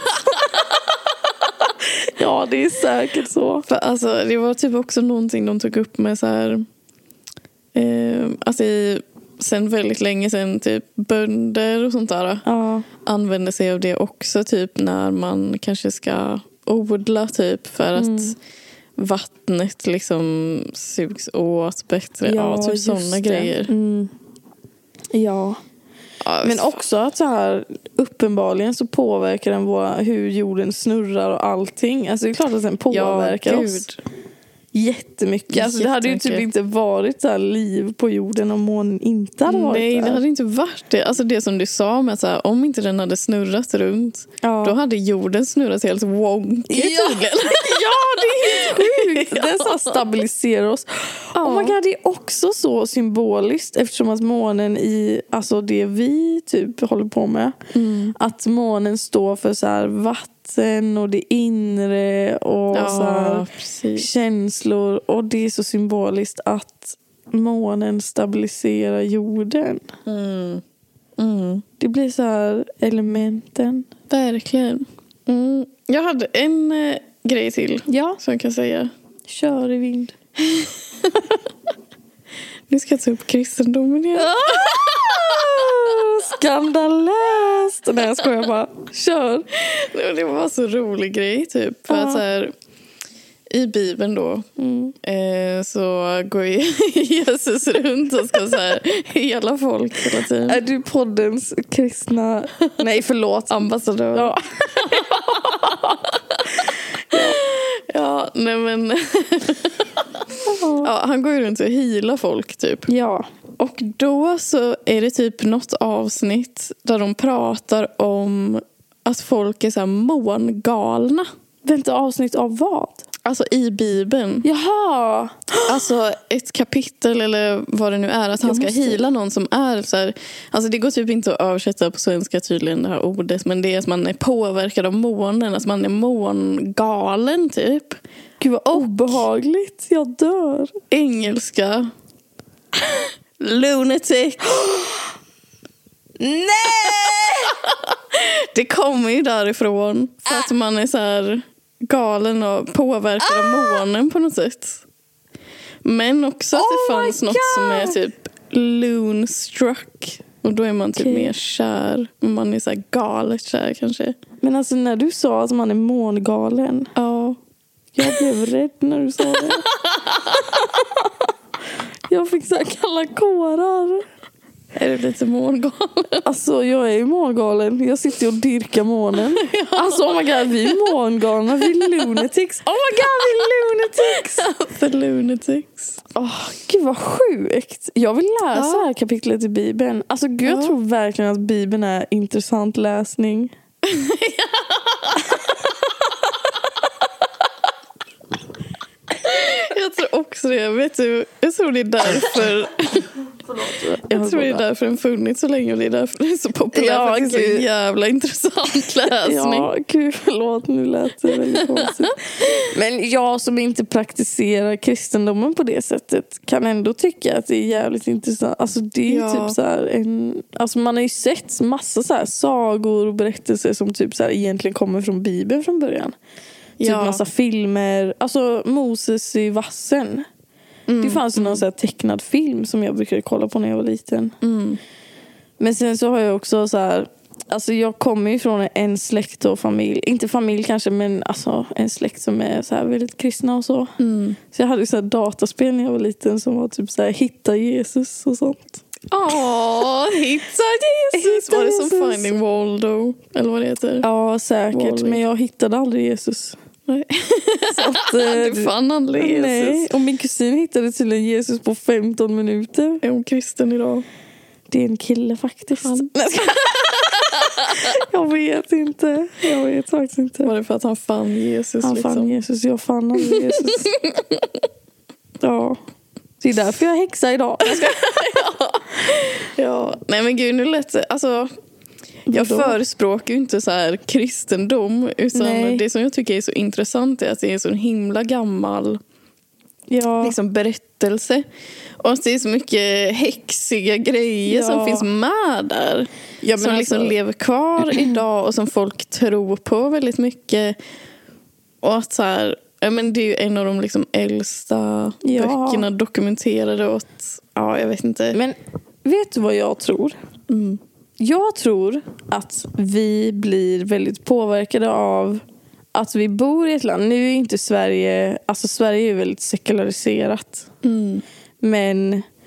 Ja, det är säkert så. För alltså det var typ också någonting de tog upp med så här, eh, alltså i sen väldigt länge sedan typ bönder och sånt där ja. Använder sig av det också typ när man kanske ska odla typ för att mm. vattnet liksom sugs åt bättre. Ja, ja typ sådana grejer. Mm. Ja. ja. Men också att så här uppenbarligen så påverkar den våra, hur jorden snurrar och allting. Alltså det är klart att den påverkar ja, oss. jättemycket. Alltså, det hade ju typ inte varit så här liv på jorden om månen inte hade varit Nej, där. det hade inte varit det. Alltså det som du sa med så här, om inte den hade snurrat runt, ja. Då hade jorden snurrat helt wonky ja. tydligen. Ja, det är helt sjukt. Den så här stabiliserar oss. Ja. Oh my God, det är också så symboliskt eftersom att månen i, alltså det vi typ håller på med, mm. att månen står för så här vatten och det inre och ja, så här precis. Känslor, och det är så symboliskt att månen stabiliserar jorden. Mm. Mm. Det blir så här elementen. Verkligen. Mm. Jag hade en eh, grej till, ja. Som jag kan säga. Kör i vind. Nu ska jag ta upp kristendomen igen. Skandalöst. Nej, jag skojar bara. Kör. Det var så rolig grej typ. För uh. att så här, i Bibeln då mm. eh, så går Jesus runt och ska så här hela folk hela tiden. Är du poddens kristna... Nej, förlåt. Ambassadör. Ja. Ja, nej men... ja, han går ju runt och healar folk typ. Ja. Och då så är det typ något avsnitt där de pratar om att folk är så här mångalna. Vänta, avsnitt av vad? Alltså i Bibeln. Jaha. Alltså ett kapitel eller vad det nu är. Att han ska måste... heala någon som är så här. Alltså det går typ inte att översätta på svenska tydligen det här ordet. Men det är att man är påverkad av månen. Att man är mångalen typ. Gud vad obehagligt. Jag dör. Engelska. Lunatic. Nej! Det kommer ju därifrån. För att man är så här galen och påverkad av månen på något sätt. Men också att det oh fanns något som är typ loonstruck. Och då är man typ okay. mer kär. Man är så här galet kär kanske. Men alltså när du sa att man är mångalen. Ja. Jag blev rädd när du sa det. Jag fick så här kalla kårar. Är du lite mångalen? Alltså jag är ju mångalen. Jag sitter och dyrkar månen. Ja. Alltså oh my god, vi är mångalna. Vi är lunatics. Oh my god, vi är lunatics. The lunatics. Oh, gud vad sjukt. Jag vill läsa ja. det här kapitlet i Bibeln. Alltså gud, jag ja. tror verkligen att Bibeln är intressant läsning. Jag tror också det. Vet du, jag tror det är därför... Jag tror det är därför den funnits så länge och det är därför det är så populärt. Ja, för det är så jävla intressant läsning. Ja, gud förlåt, nu lät det väldigt konstigt. Men jag som inte praktiserar kristendomen på det sättet kan ändå tycka att det är jävligt intressant. Alltså det är ja. typ så här en... Alltså man har ju sett massa så här sagor och berättelser som typ så här egentligen kommer från Bibeln från början. Typ ja. massa filmer. Alltså Moses i vassen. Mm, det fanns ju mm. någon så här tecknad film som jag brukade kolla på när jag var liten. Mm. Men sen så har jag också så här... Alltså jag kommer ju från en släkt och familj. Inte familj kanske, men alltså en släkt som är så här väldigt kristna och så. Mm. Så jag hade ju så här dataspel när jag var liten som var typ så här hitta Jesus och sånt. Åh, hitta Jesus! Hitta var det Jesus. Som Finding Waldo? Eller vad det heter? Ja, säkert. Wally. Men jag hittade aldrig Jesus. Nej. Så att, du fann aldrig Jesus. Nej, och min kusin hittade tydligen Jesus på femton minuter. Är hon kristen idag? Det är en kille faktiskt. Han. Jag vet inte. Jag vet faktiskt inte. Var det för att han fann Jesus? Han liksom? fann Jesus. Jag fann aldrig Jesus. Ja. Det är därför jag häxar idag. Jag ska... ja. ja. Nej men gud, nu lät det... Alltså... Jag förespråkar ju inte så här kristendom, utan Nej. det som jag tycker är så intressant är att det är så en himla gammal ja. liksom berättelse. Och att det är så mycket häxiga grejer ja. som finns med där. Ja, som alltså... liksom lever kvar idag och som folk tror på väldigt mycket. Och att så här, ja, men det är ju en av de liksom äldsta ja. böckerna dokumenterade åt, ja jag vet inte. Men vet du vad jag tror? Mm. Jag tror att vi blir väldigt påverkade av att vi bor i ett land. Nu är inte Sverige... Alltså Sverige är väldigt sekulariserat. Mm. Men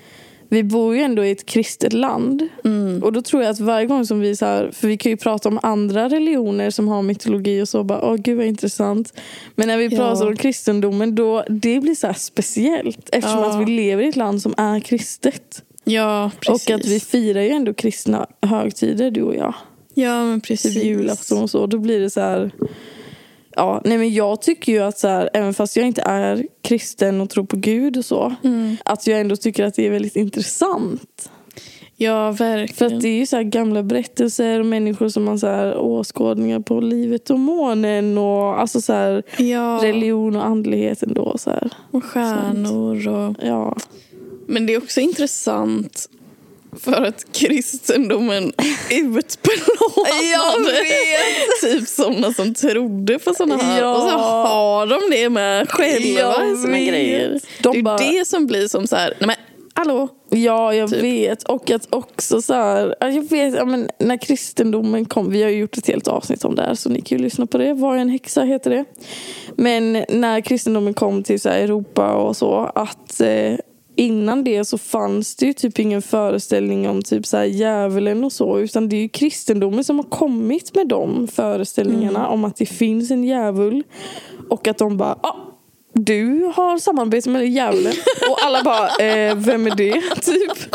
vi bor ju ändå i ett kristet land. Mm. Och då tror jag att varje gång som vi så här, för vi kan ju prata om andra religioner som har mytologi och så, bara, åh gud vad intressant. Men när vi ja. pratar om kristendomen, då det blir så här speciellt. Eftersom ja. att vi lever i ett land som är kristet. Ja, precis. Och att vi firar ju ändå kristna högtider, du och jag. Ja, men precis. Typ julafton och så, då blir det så här... Ja, nej men jag tycker ju att så här, även fast jag inte är kristen och tror på Gud och så, mm. att jag ändå tycker att det är väldigt intressant. Ja, verkligen. För att det är ju så här gamla berättelser och människor som har så här åskådningar på livet och månen och alltså så här ja. religion och andlighet ändå så här. Och stjärnor och... Ja. Men det är också intressant för att kristendomen utplånade typ sådana som trodde på sådana här. Ja. Och så har de det med själva i sina grejer. De det är bara... det som blir som så här, nej men hallå. Ja, jag typ. vet. Och att också så här, jag vet, ja, men när kristendomen kom, vi har ju gjort ett helt avsnitt om det här, så ni kan ju lyssna på det. Var en häxa heter det. Men när kristendomen kom till så här Europa och så, att eh, innan det så fanns det ju typ ingen föreställning om typ så här djävulen och så, utan det är ju kristendomen som har kommit med de föreställningarna mm. om att det finns en djävul och att de bara, ah, du har samarbete med djävulen. Och alla bara, eh, vem är det? Typ.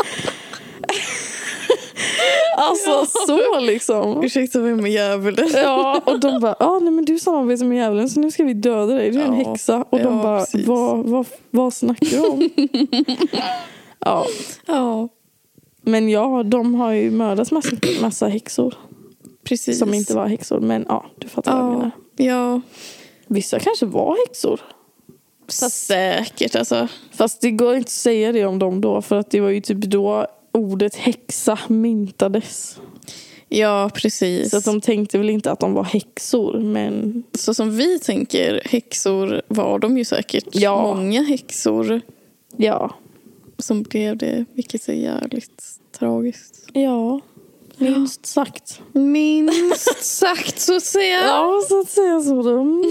Alltså ja. så liksom. Ursäkta, vem är djävulen? Ja, och de bara, ja ah, nej men du samarbetar med djävulen, så nu ska vi döda dig. Du är en ja. häxa. Och ja, de bara, vad, vad, vad snackar du om? ja. ja. Men ja, de har ju mördat massa, massa häxor. Precis. Som inte var häxor, men ja, du fattar ja. vad jag menar. Ja. Vissa kanske var häxor. Fast, säkert alltså. Fast det går inte att säga det om dem då, för att det var ju typ då ordet häxa myntades. Ja, precis. Så att de tänkte väl inte att de var häxor, men... Så som vi tänker häxor var de ju säkert ja. många häxor. Ja. Som blev det, vilket är jävligt tragiskt. Ja, minst sagt. Minst sagt, så att säga. Ja, så att säga så. De.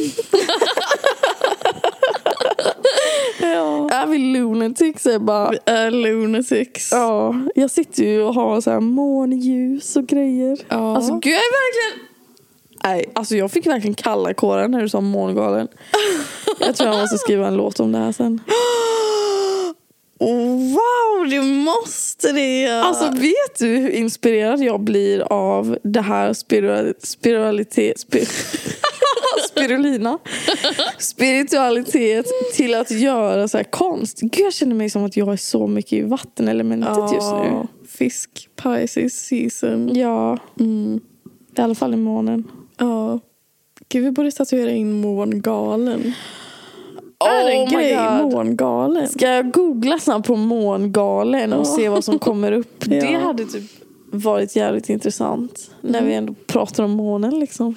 Ja. Är vi lunatics? Jag bara... Vi är lunatics. Ja, jag sitter ju och har så här månljus och grejer. Ja. Alltså gud, jag är verkligen... Nej, alltså jag fick verkligen kalla kåren när du sa mångalen. Jag tror jag måste skriva en låt om det här sen. Wow, det måste det. Alltså vet du hur inspirerad jag blir av det här spiral, spiralitet spir, spirulina spiritualitet till att göra så här konst. Gud, jag känner mig som att jag är så mycket i vattenelementet ja, just nu. Fisk, Pisces season. Ja, mm. i alla fall i månen. Ja. Gud, vi borde tatuera in mångalen. Är det en oh grej, mångalen? Ska jag googla snabbt på mångalen och oh. se vad som kommer upp? Ja. Det hade typ varit jävligt intressant. Mm. När vi ändå pratar om månen liksom.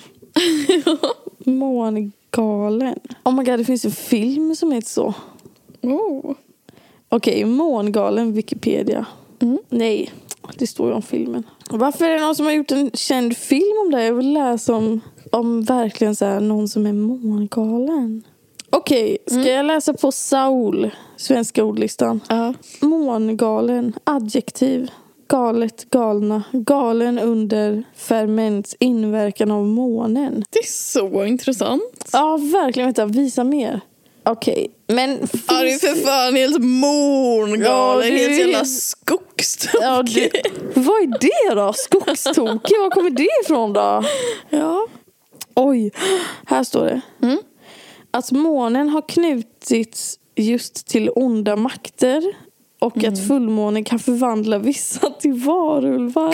Mångalen. Oh my god, det finns en film som heter så. Oh. Okej, okay, mångalen Wikipedia. Mm. Nej, det står ju om filmen. Varför är det någon som har gjort en känd film om det? Jag vill läsa om, om verkligen så här, någon som är mångalen. Okej, okay, ska mm. jag läsa på Saul, svenska ordlistan? Uh. Mångalen, adjektiv, galet, galna, galen under ferments inverkan av månen. Det är så intressant. Ja, verkligen. Vänta, visa mer. Okej, okay, men... Finns... Ja, det är för fan helt mångalen. Ja, det är helt jävla skogstokig. Ja, det... Vad är det då? Skogstokig? Var kommer det ifrån då? Ja. Oj, här står det. Mm. Att månen har knutits just till onda makter och mm. att fullmånen kan förvandla vissa till varulvar.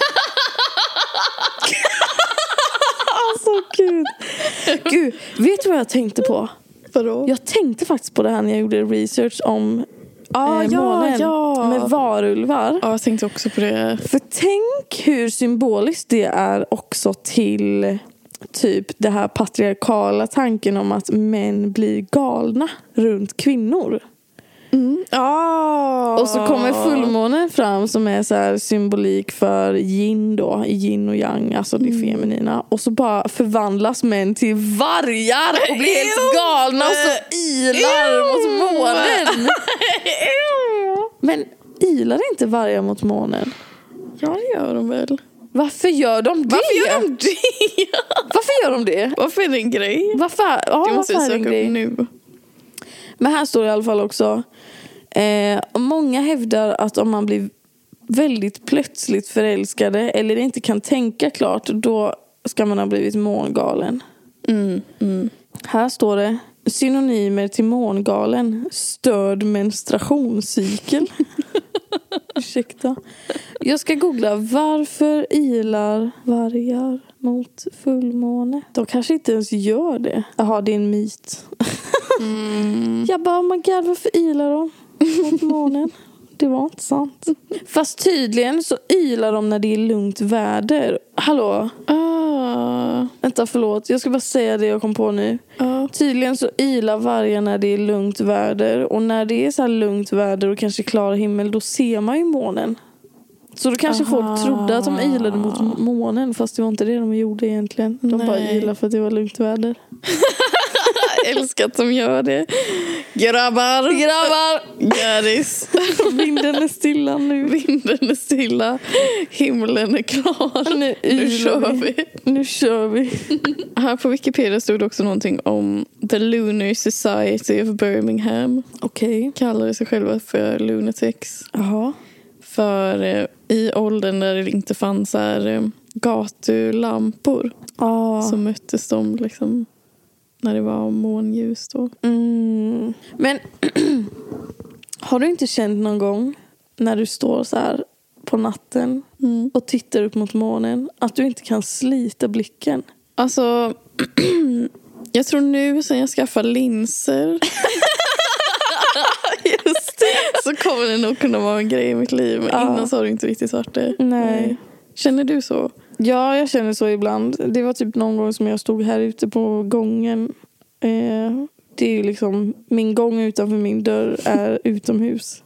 Alltså gud. Gud, vet du vad jag tänkte på? Vadå? Jag tänkte faktiskt på det här när jag gjorde research om ah, eh, ja, månen ja. med varulvar. Ja, jag tänkte också på det. För tänk hur symboliskt det är också till... typ det här patriarkala tanken om att män blir galna runt kvinnor. Mm. Oh. Och så kommer fullmånen fram som är så här symbolik för yin då, yin och yang, alltså det mm. feminina. Och så bara förvandlas män till vargar och blir helt galna och så ilar mot månen. Men ilar inte vargar mot månen? Ja, det gör de väl. Varför gör de det? Varför gör de det? Varför gör de det? Varför är det en grej? Varför? Ja, det måste vi varför är det en söka grej? upp nu. Men här står det i alla fall också. Eh, många hävdar att om man blir väldigt plötsligt förälskade eller inte kan tänka klart, då ska man ha blivit mångalen. Mm, mm. Här står det synonymer till mångalen: störd menstruationscykel. Ursäkta. Jag ska googla varför ilar vargar mot fullmåne. De kanske inte ens gör det. Jaha, det är en myt. Mm. Jag bara, oh my god, varför ilar de mot månen? Det var inte sant. Fast tydligen så ylar de när det är lugnt väder. Hallå? Ah. Vänta, förlåt. Jag ska bara säga det jag kom på nu. Ah. Tydligen så ylar vargar när det är lugnt väder. Och när det är så här lugnt väder och kanske klar himmel, då ser man ju månen. Så då kanske Aha. folk trodde att de ylade mot månen. Fast det var inte det de gjorde egentligen. De Nej. bara ylade för att det var lugnt väder. Jag älskar att de gör det. Grabbar. Grabbar. Gäris. Vinden är stilla nu. Vinden är stilla. Himlen är klar. Nu, nu kör vi. vi. Nu kör vi. Här på Wikipedia stod det också någonting om The Lunar Society of Birmingham. Okej. Okay. Kallade sig själva för lunatics. Jaha. För eh, i åldern där det inte fanns här, eh, gatulampor. Ah. Så möttes de liksom när det var månljus då. Mm. Men har du inte känt någon gång när du står så här på natten mm. och tittar upp mot månen att du inte kan slita blicken? Alltså, jag tror nu sen jag skaffar linser just det, så kommer det nog kunna vara en grej i mitt liv. Men ja. innan så har du inte riktigt varit det. Nej. Känner du så? Ja, jag känner så ibland. Det var typ någon gång som jag stod här ute på gången. Eh, det är ju liksom, min gång utanför min dörr är utomhus.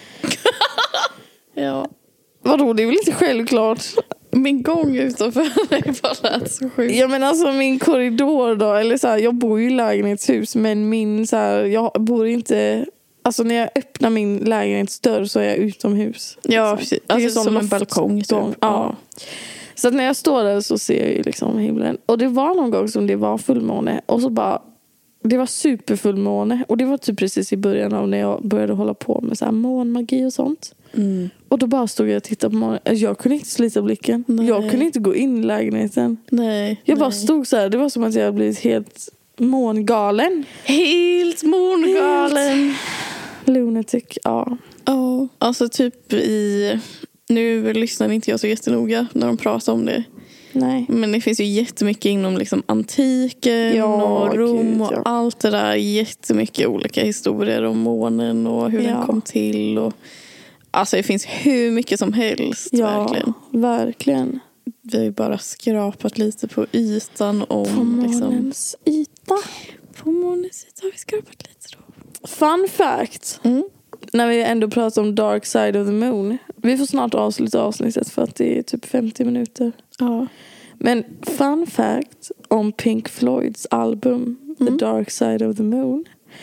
Ja. Vadå, det är väl inte självklart? Min gång utanför mig bara lät så sjukt. Ja, men alltså min korridor då, eller så här, jag bor ju i lägenhetshus, men min så här, jag bor inte, alltså när jag öppnar min lägenhetsdörr så är jag utomhus. Ja, precis. Alltså som, som en balkong. Typ. Ja. ja. Så att när jag står där så ser jag ju liksom himlen. Och det var någon gång som det var fullmåne. Och så bara, det var superfullmåne. Och det var typ precis i början av när jag började hålla på med så här månmagi och sånt. Mm. Och då bara stod jag och tittade på månen. Jag kunde inte slita blicken. Nej. Jag kunde inte gå in i lägenheten. Nej. Jag bara nej. stod så här. Det var som att jag hade blivit helt mångalen. Helt mångalen. Helt lunatic, ja. Ja, oh. Alltså typ i... Nu lyssnar inte jag så jättenoga när de pratar om det. Nej. Men det finns ju jättemycket inom liksom antiken ja, och Rom Gud, och ja. allt det där. Jättemycket olika historier om månen och hur ja. den kom till. Och, alltså det finns hur mycket som helst. Ja, verkligen. verkligen. Vi har ju bara skrapat lite på ytan om... På månens liksom, yta. På månens yta har vi skrapat lite då. Fun fact. Mm. När vi ändå pratar om Dark Side of the Moon. Vi får snart avsluta avsnittet för att det är typ femtio minuter. Ja. Men fun fact om Pink Floyds album mm. The Dark Side of the Moon.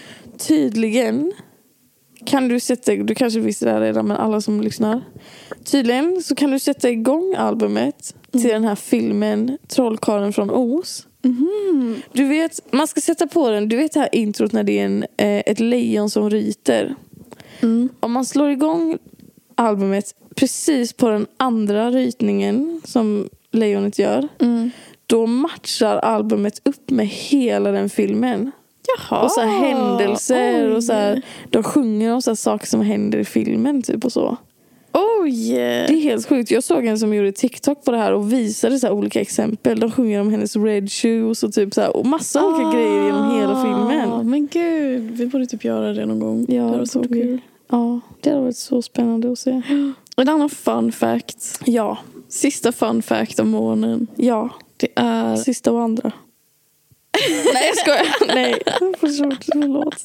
Tydligen kan du sätta, du kanske visste det här redan, men alla som lyssnar. Tydligen så kan du sätta igång albumet mm. till den här filmen Trollkarlen från Oz. Mm. Du vet, man ska sätta på den. Du vet det här introt när det är en, eh, ett lejon som ryter. Mm. Om man slår igång albumet precis på den andra rytningen som lejonet gör, mm. då matchar albumet upp med hela den filmen. Jaha. Och så här händelser. Oj. Och så här, de sjunger om så här saker som händer i filmen typ och så. Oj! Det är helt sjukt. Jag såg en som gjorde TikTok på det här och visade så här olika exempel. De sjunger om hennes red shoes och typ så här, och massa ah, olika grejer genom hela filmen. Men gud, vi borde typ göra det någon gång. Ja, det var så kul. Ja, det har varit så spännande att se. En annan fun fact. Ja. Sista fun fact om månen. Ja. Det är... Sista och andra. Nej, jag skojar. Nej, förlåt.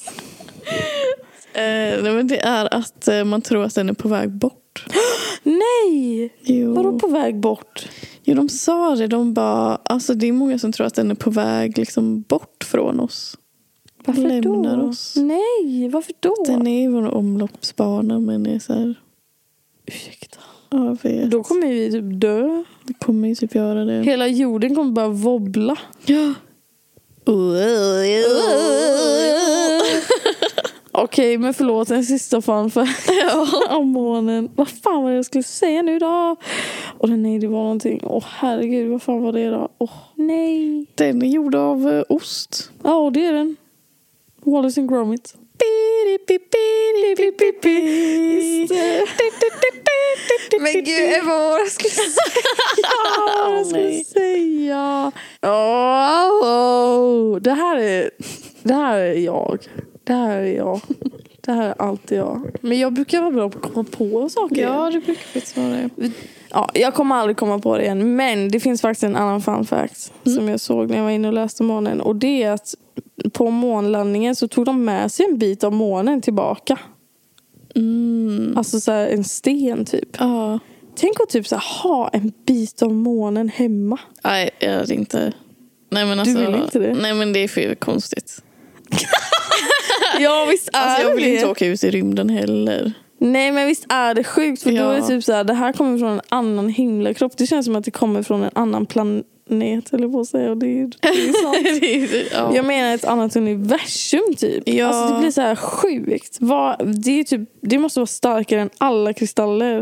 Eh, nej, men det är att eh, man tror att den är på väg bort. Nej! Jo. Vadå på väg bort? Jo, de sa det. De bara, alltså det är många som tror att den är på väg liksom bort från oss. Varför lämnar då? Oss. Nej, varför då? Den är ju vår omloppsbana, men är så här... Ursäkta. Jag vet. Då kommer vi typ dö. Det kommer ju typ göra det. Hela jorden kommer bara wobbla. Ja. Okej, okay, men förlåt, en sista fan för ja. om månen. Vad fan var det jag skulle säga nu då? Och nej, det var någonting. Åh oh, herregud, vad fan var det då? Åh oh, nej. Den är gjord av uh, ost. Ja, oh, det är den. Wallace and Gromit. Men gud, Eva, vad jag skulle säga. Vad jag skulle säga. Oh, oh. Det här är det här är jag. Det här är jag. Det här är alltid jag. Men jag brukar vara bra på att komma på saker. Ja, det brukar faktiskt vara det. Ja, jag kommer aldrig komma på det igen. Men det finns faktiskt en annan fun fact mm. som jag såg när jag var inne och läste månen. Och det är att på månlandningen så tog de med sig en bit av månen tillbaka. Mm. Alltså så här en sten typ. Ja. Tänk att typ så här, ha en bit av månen hemma. Nej, jag är inte. Nej, men alltså, du vill inte det? Nej, men det är för konstigt. Ja, visst är alltså, jag vill det. inte åka ut i rymden heller. Nej, men visst är det sjukt. För ja. då är det typ så här, det här kommer från en annan himlakropp. Det känns som att det kommer från en annan planet, eller på att säga. Och det är, det är sant. det är, ja. Jag menar ett annat universum typ. Ja. Alltså det blir så här sjukt. Vad, det, är typ, det måste vara starkare än alla kristaller.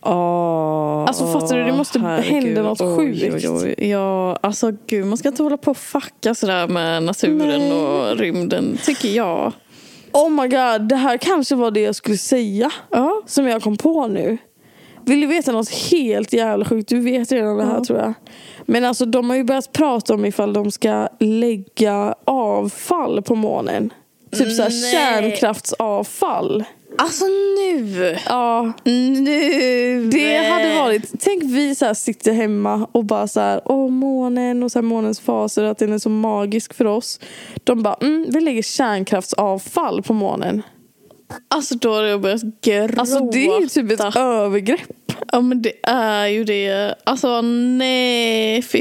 Oh, alltså fattar du, det måste herregud. hända något oj, sjukt. Oj, oj. Ja, alltså gud, man ska inte hålla på och fucka sådär med naturen Nej. och rymden, tycker jag. Oh my god, det här kanske var det jag skulle säga. Ja. Som jag kom på nu. Vill du veta något helt jävla sjukt? Du vet redan det här ja. tror jag. Men alltså de har ju börjat prata om ifall de ska lägga avfall på månen. Typ såhär Nej. kärnkraftsavfall. Alltså nu. Ja. Nu. Det hade varit. Tänk vi så här sitter hemma och bara så här, åh månen och så här månens faser, att den är så magisk för oss. De bara, mm, vi lägger kärnkraftsavfall på månen. Alltså då har jag börjat gråta. Alltså det är ju typ ett övergrepp. Ja, men det är ju det. Alltså nej, fy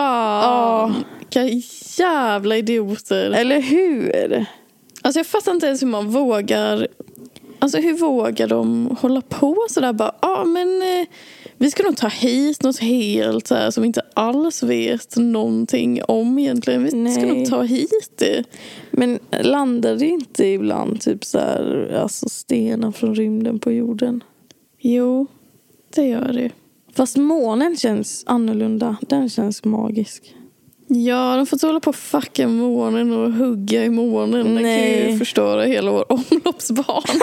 fan. Ja. Vilka jävla idioter. Eller hur? Alltså jag fattar inte ens hur man vågar. Alltså hur vågar de hålla på sådär bara, ja ah, men eh, vi ska nog ta hit något helt så här, som vi inte alls vet någonting om egentligen. Vi Nej. ska nog ta hit det. Men landar det inte ibland typ så här, alltså stenar från rymden på jorden? Jo, det gör det. Fast månen känns annorlunda. Den känns magisk. Ja, de får inte hålla på och fucka månen och hugga i månen. Det kan ju förstöra hela vår omloppsbana.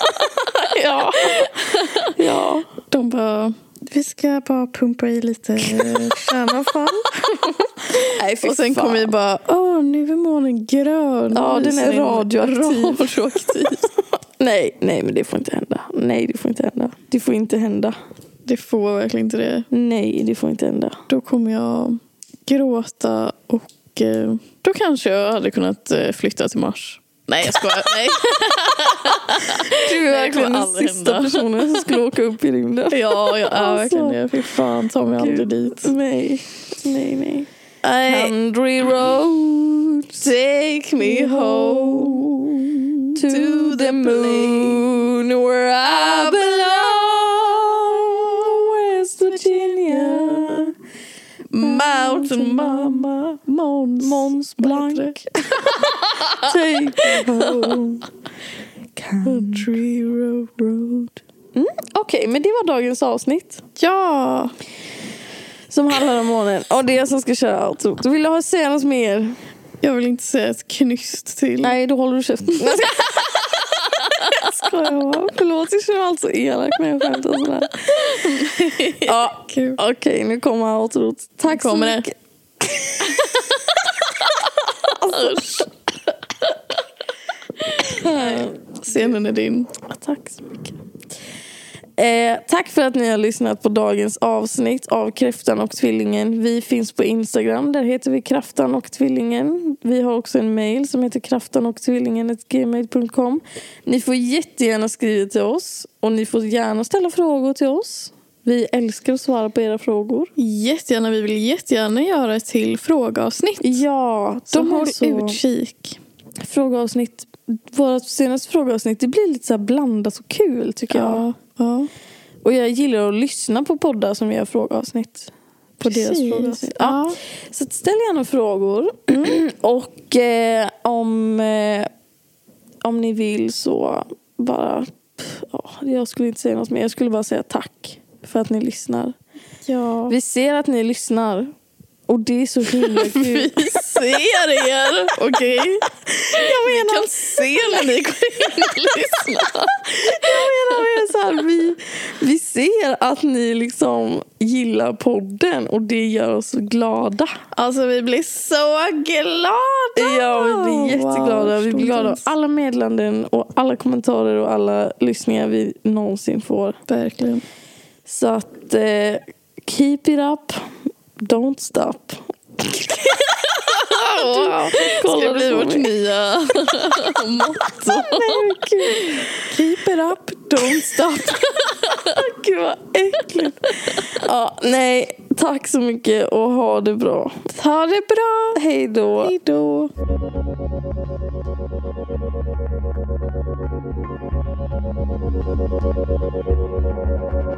ja. ja. De bara, vi ska bara pumpa i lite kärnavfall. Nej, och sen kommer vi bara, åh, nu är månen grön. Ja, den är radioaktiv. radioaktiv. nej, nej, men det får inte hända. Nej, det får inte hända. Det får inte hända. Det får verkligen inte det. Nej, det får inte hända. Då kommer jag gråta och eh, då kanske jag hade kunnat eh, flytta till Mars. Nej, jag skojar. Nej. Du är verkligen den sista hända. personen som skulle åka upp i rymden. Ja, jag är alltså. verkligen det. Fy fan, ta mig aldrig dit. Nej, nej, nej. Country road, take me home to, to the moon where I belong, West Virginia. Mountain Mama, Måns, Måns Blank. Take me home, country road. road. Mm, Okej, okay, men det var dagens avsnitt. Ja. Som handlar om månen. Och det är jag som ska köra outro. Du vill ha säga något mer? Jag vill inte säga ett knyst till. Nej, då håller du käften. Jag skojar. Förlåt, jag känner allt så elak med en skämt och sådär. Ja, okej, okay, nu kommer outrot. Tack så mycket. Alltså. Scenen är din. Tack så mycket. Eh, tack för att ni har lyssnat på dagens avsnitt av Kräftan och Tvillingen. Vi finns på Instagram, där heter vi Kraftan och Tvillingen. Vi har också en mail som heter kraftan och tvillingen at gmail punkt com. Ni får jättegärna skriva till oss och ni får gärna ställa frågor till oss. Vi älskar att svara på era frågor. Jättegärna, vi vill jättegärna göra ett till frågeavsnitt. Ja, så håll så... utkik. Frågeavsnitt, vårt senaste frågeavsnitt, det blir lite så här blandat och kul tycker ja. jag. Ja. Och jag gillar att lyssna på poddar som gör frågeavsnitt. På Precis. deras frågeavsnitt. Ja. Ja. Så ställ gärna frågor. Mm. Och eh, om, eh, om ni vill så bara... Ja, jag skulle inte säga något mer. Jag skulle bara säga tack för att ni lyssnar. Ja. Vi ser att ni lyssnar. Och det är så himla kul. Vi ser er, okej? Okay? Jag menar... Vi kan se när ni går in och lyssnar. Jag menar mer så här, vi, vi ser att ni liksom gillar podden och det gör oss så glada. Alltså vi blir så glada. Ja, vi blir jätteglada. Wow, vi blir glada av alla meddelanden och alla kommentarer och alla lyssningar vi någonsin får. Verkligen. Så att eh, keep it up. Don't stop. Wow. Ska bli vårt nya motto. Keep it up, don't stop. Gud vad äckligt. Ja, nej, tack så mycket och ha det bra. Ha det bra. Hej då. Hej då. Thank you.